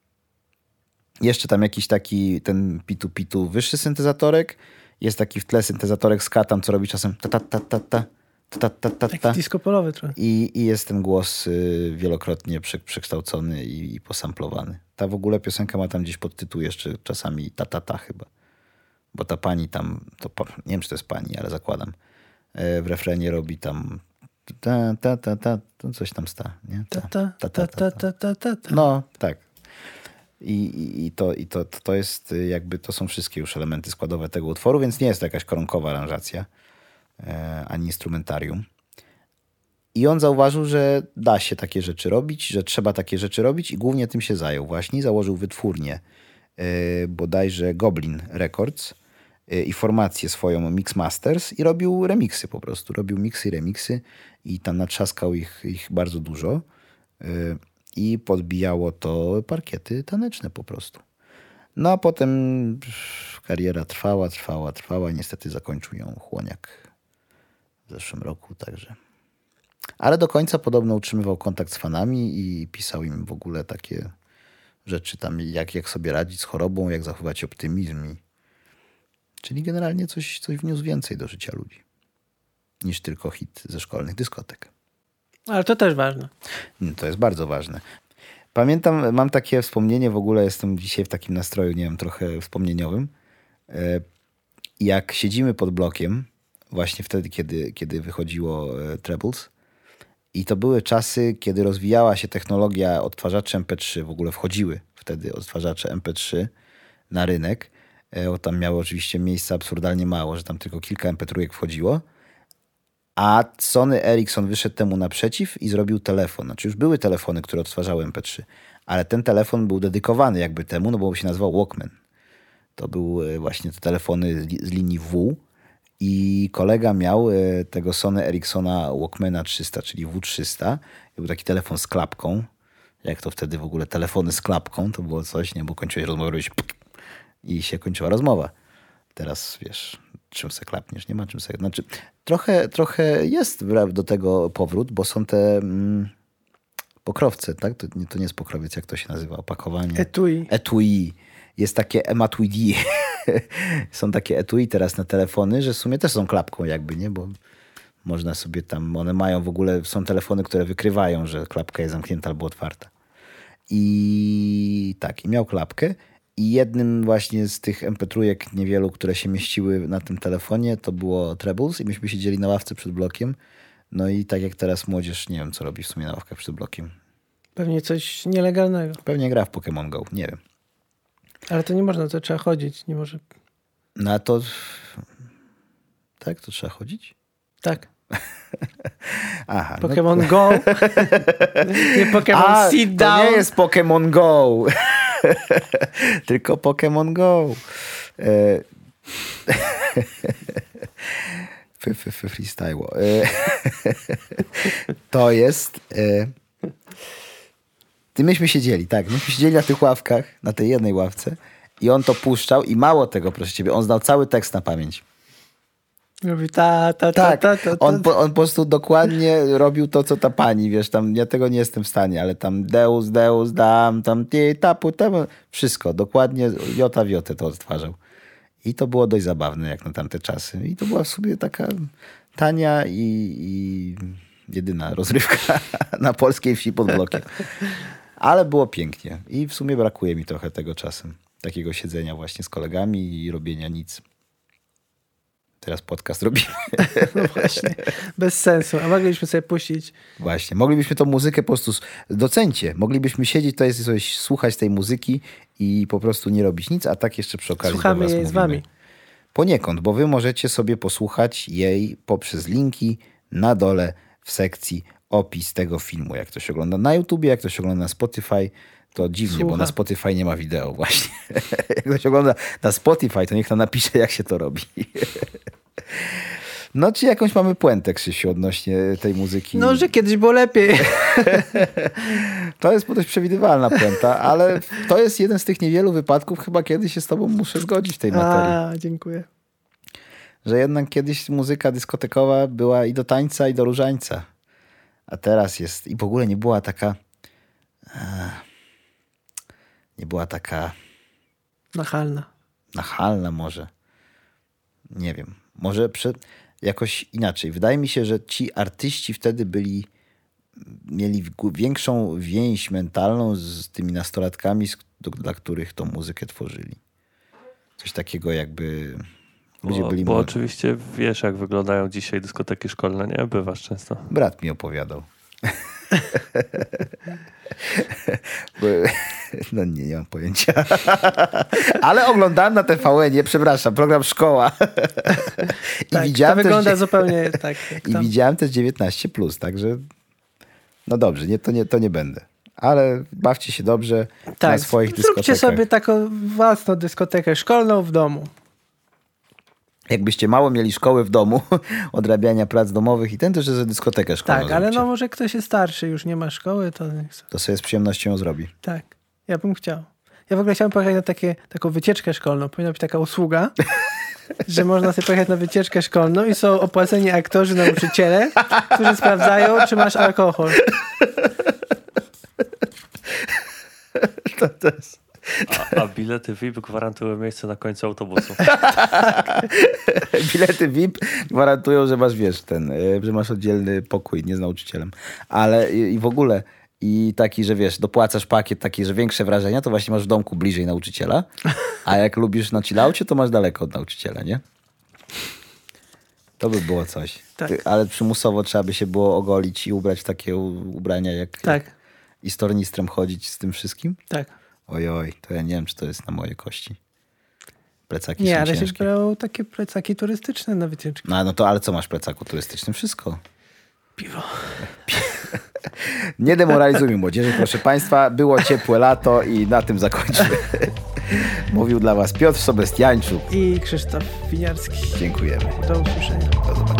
jeszcze tam jakiś taki ten pitu-pitu wyższy syntezatorek, jest taki w tle syntezatorek ska tam, co robi czasem ta ta ta ta ta ta ta ta Taki ta disco polowy trochę. I, i jest ten głos y, wielokrotnie prze, przekształcony i, i posamplowany. Ta w ogóle piosenka ma tam gdzieś podtytuł jeszcze czasami ta ta ta chyba. Bo ta pani tam, to, nie wiem czy to jest pani, ale zakładam, y, w refrenie robi tam ta ta ta ta, to coś tam sta, nie? Ta ta ta ta ta ta ta ta. No, tak. I, i, i, to, i to, to jest jakby, to są wszystkie już elementy składowe tego utworu, więc nie jest to jakaś koronkowa aranżacja, e, ani instrumentarium. I on zauważył, że da się takie rzeczy robić, że trzeba takie rzeczy robić i głównie tym się zajął właśnie. Założył wytwórnię, e, bodajże Goblin Records e, i formację swoją Mix Masters i robił remiksy po prostu. Robił miksy i remiksy i tam natrzaskał ich, ich bardzo dużo. E, I podbijało to parkiety taneczne po prostu. No a potem kariera trwała, trwała, trwała. Niestety zakończył ją Chłoniak w zeszłym roku, także. Ale do końca podobno utrzymywał kontakt z fanami i pisał im w ogóle takie rzeczy tam, jak, jak sobie radzić z chorobą, jak zachować optymizm. I... Czyli generalnie coś, coś wniósł więcej do życia ludzi niż tylko hit ze szkolnych dyskotek. Ale to też ważne. To jest bardzo ważne. Pamiętam, mam takie wspomnienie, w ogóle jestem dzisiaj w takim nastroju, nie wiem, trochę wspomnieniowym. Jak siedzimy pod blokiem, właśnie wtedy, kiedy, kiedy wychodziło Trebles, i to były czasy, kiedy rozwijała się technologia odtwarzaczy em pe trzy, w ogóle wchodziły wtedy odtwarzacze em pe trzy na rynek. Bo tam miało oczywiście miejsca absurdalnie mało, że tam tylko kilka em pe trzy wchodziło. A Sony Ericsson wyszedł temu naprzeciw i zrobił telefon. Znaczy już były telefony, które odtwarzały em pe trzy, ale ten telefon był dedykowany jakby temu, no bo się nazywał Walkman. To były właśnie te telefony z linii W i kolega miał tego Sony Ericssona Walkmana trzysta, czyli W trzysta. I był taki telefon z klapką. Jak to wtedy w ogóle telefony z klapką, to było coś, nie? Bo kończyłeś rozmowę, robiłeś i się kończyła rozmowa. Teraz wiesz, czym se klapniesz, nie ma czym se... Znaczy, trochę, trochę jest do tego powrót, bo są te mm, pokrowce, tak? To nie, to nie jest pokrowiec, jak to się nazywa, opakowanie. Etui. Etui. Jest takie ematui. Są takie etui teraz na telefony, że w sumie też są klapką jakby, nie? Bo można sobie tam, one mają w ogóle, są telefony, które wykrywają, że klapka jest zamknięta albo otwarta. I tak, i miał klapkę. I jednym właśnie z tych em pe trzy niewielu, które się mieściły na tym telefonie, to było Trebles i myśmy siedzieli na ławce przed blokiem. No i tak jak teraz młodzież, nie wiem co robi w sumie na ławkach przed blokiem. Pewnie coś nielegalnego. Pewnie gra w Pokémon Go, nie wiem. Ale to nie można, to trzeba chodzić, nie może... No a to... Tak? To trzeba chodzić? Tak. Aha. Pokémon no... Go. Nie Pokémon Sit Down. To nie jest Pokémon Go. Tylko Pokémon Go. E... Freestyle. E... To jest... E... Ty myśmy siedzieli, tak. Myśmy siedzieli na tych ławkach, na tej jednej ławce i on to puszczał i mało tego, proszę ciebie, on znał cały tekst na pamięć. Robi ta, ta, ta, tak, ta, ta, ta. On, po, on po prostu dokładnie robił to, co ta pani, wiesz, tam, ja tego nie jestem w stanie, ale tam Deus, Deus, dam, tam ty, tapu, tam, wszystko, dokładnie jota w jotę to odtwarzał. I to było dość zabawne, jak na tamte czasy. I to była w sobie taka tania i, i jedyna rozrywka na polskiej wsi pod blokiem. Ale było pięknie i w sumie brakuje mi trochę tego czasem. Takiego siedzenia właśnie z kolegami i robienia nic. Teraz podcast robimy. No właśnie, bez sensu. A moglibyśmy sobie puścić. Właśnie, moglibyśmy tą muzykę po prostu docencie. Moglibyśmy siedzieć tutaj, coś słuchać tej muzyki i po prostu nie robić nic, a tak jeszcze przy okazji słuchamy do was jej mówimy. z wami. Poniekąd, bo wy możecie sobie posłuchać jej poprzez linki na dole w sekcji opis tego filmu. Jak ktoś ogląda na YouTubie, jak ktoś ogląda na Spotify, to dziwnie, Słucha. bo na Spotify nie ma wideo właśnie. Jak ktoś ogląda na Spotify, to niech nam napisze, jak się to robi. No, czy jakąś mamy puentę, Krzysiu, odnośnie tej muzyki? No, że kiedyś było lepiej. To jest dość przewidywalna puenta, ale to jest jeden z tych niewielu wypadków, chyba kiedyś się z tobą muszę zgodzić w tej materii. A, dziękuję. Że jednak kiedyś muzyka dyskotekowa była i do tańca, i do różańca. A teraz jest... I w ogóle nie była taka... Nie była taka... Nachalna. Nachalna może. Nie wiem. Może prze... jakoś inaczej. Wydaje mi się, że ci artyści wtedy byli... Mieli większą więź mentalną z tymi nastolatkami, dla których tą muzykę tworzyli. Coś takiego jakby... Ludzie bo, byli bo młodzi. oczywiście wiesz, jak wyglądają dzisiaj dyskoteki szkolne, nie? Bywasz często. Brat mi opowiadał. Bo, no nie, nie mam pojęcia. Ale oglądałem na T V N-ie, przepraszam, program Szkoła. I tak, widziałem to wygląda też, zupełnie tak. I tam. widziałem też dziewiętnaście plus, także no dobrze, nie, to, nie, to nie będę. Ale bawcie się dobrze tak, na swoich zróbcie dyskotekach. Zróbcie sobie taką własną dyskotekę szkolną w domu. Jakbyście mało mieli szkoły w domu, odrabiania prac domowych i ten też jest dyskotekę szkolną. Tak, ale zróbcie. no może ktoś jest starszy, już nie ma szkoły, to... To sobie z przyjemnością ją zrobi. Tak, ja bym chciał. Ja w ogóle chciałem pojechać na takie, taką wycieczkę szkolną. Powinna być taka usługa, że można sobie pojechać na wycieczkę szkolną i są opłaceni aktorzy, nauczyciele, którzy sprawdzają, czy masz alkohol. To też. A, a bilety V I P gwarantują miejsce na końcu autobusu. Bilety V I P gwarantują, że masz, wiesz, ten, że masz oddzielny pokój, nie z nauczycielem. Ale i, i w ogóle, i taki, że wiesz, dopłacasz pakiet taki, że większe wrażenia, to właśnie masz w domku bliżej nauczyciela, a jak lubisz na chillaucie, to masz daleko od nauczyciela, nie? To by było coś. Tak. Ty, ale przymusowo trzeba by się było ogolić i ubrać w takie u, ubrania, jak, Tak. jak i z tornistrem chodzić z tym wszystkim. Tak. Ojoj, to ja nie wiem, czy to jest na moje kości. Plecaki Nie, są ale ciężkie. się brał takie plecaki turystyczne na wycieczki. No, no to ale co masz w plecaku turystycznym? Wszystko. Piwo. Nie demoralizujmy młodzieży, proszę państwa. Było ciepłe lato i na tym zakończmy. Mówił dla was Piotr Sobestiańczuk. I Krzysztof Winiarski. Dziękujemy. Do usłyszenia. Do zobaczenia.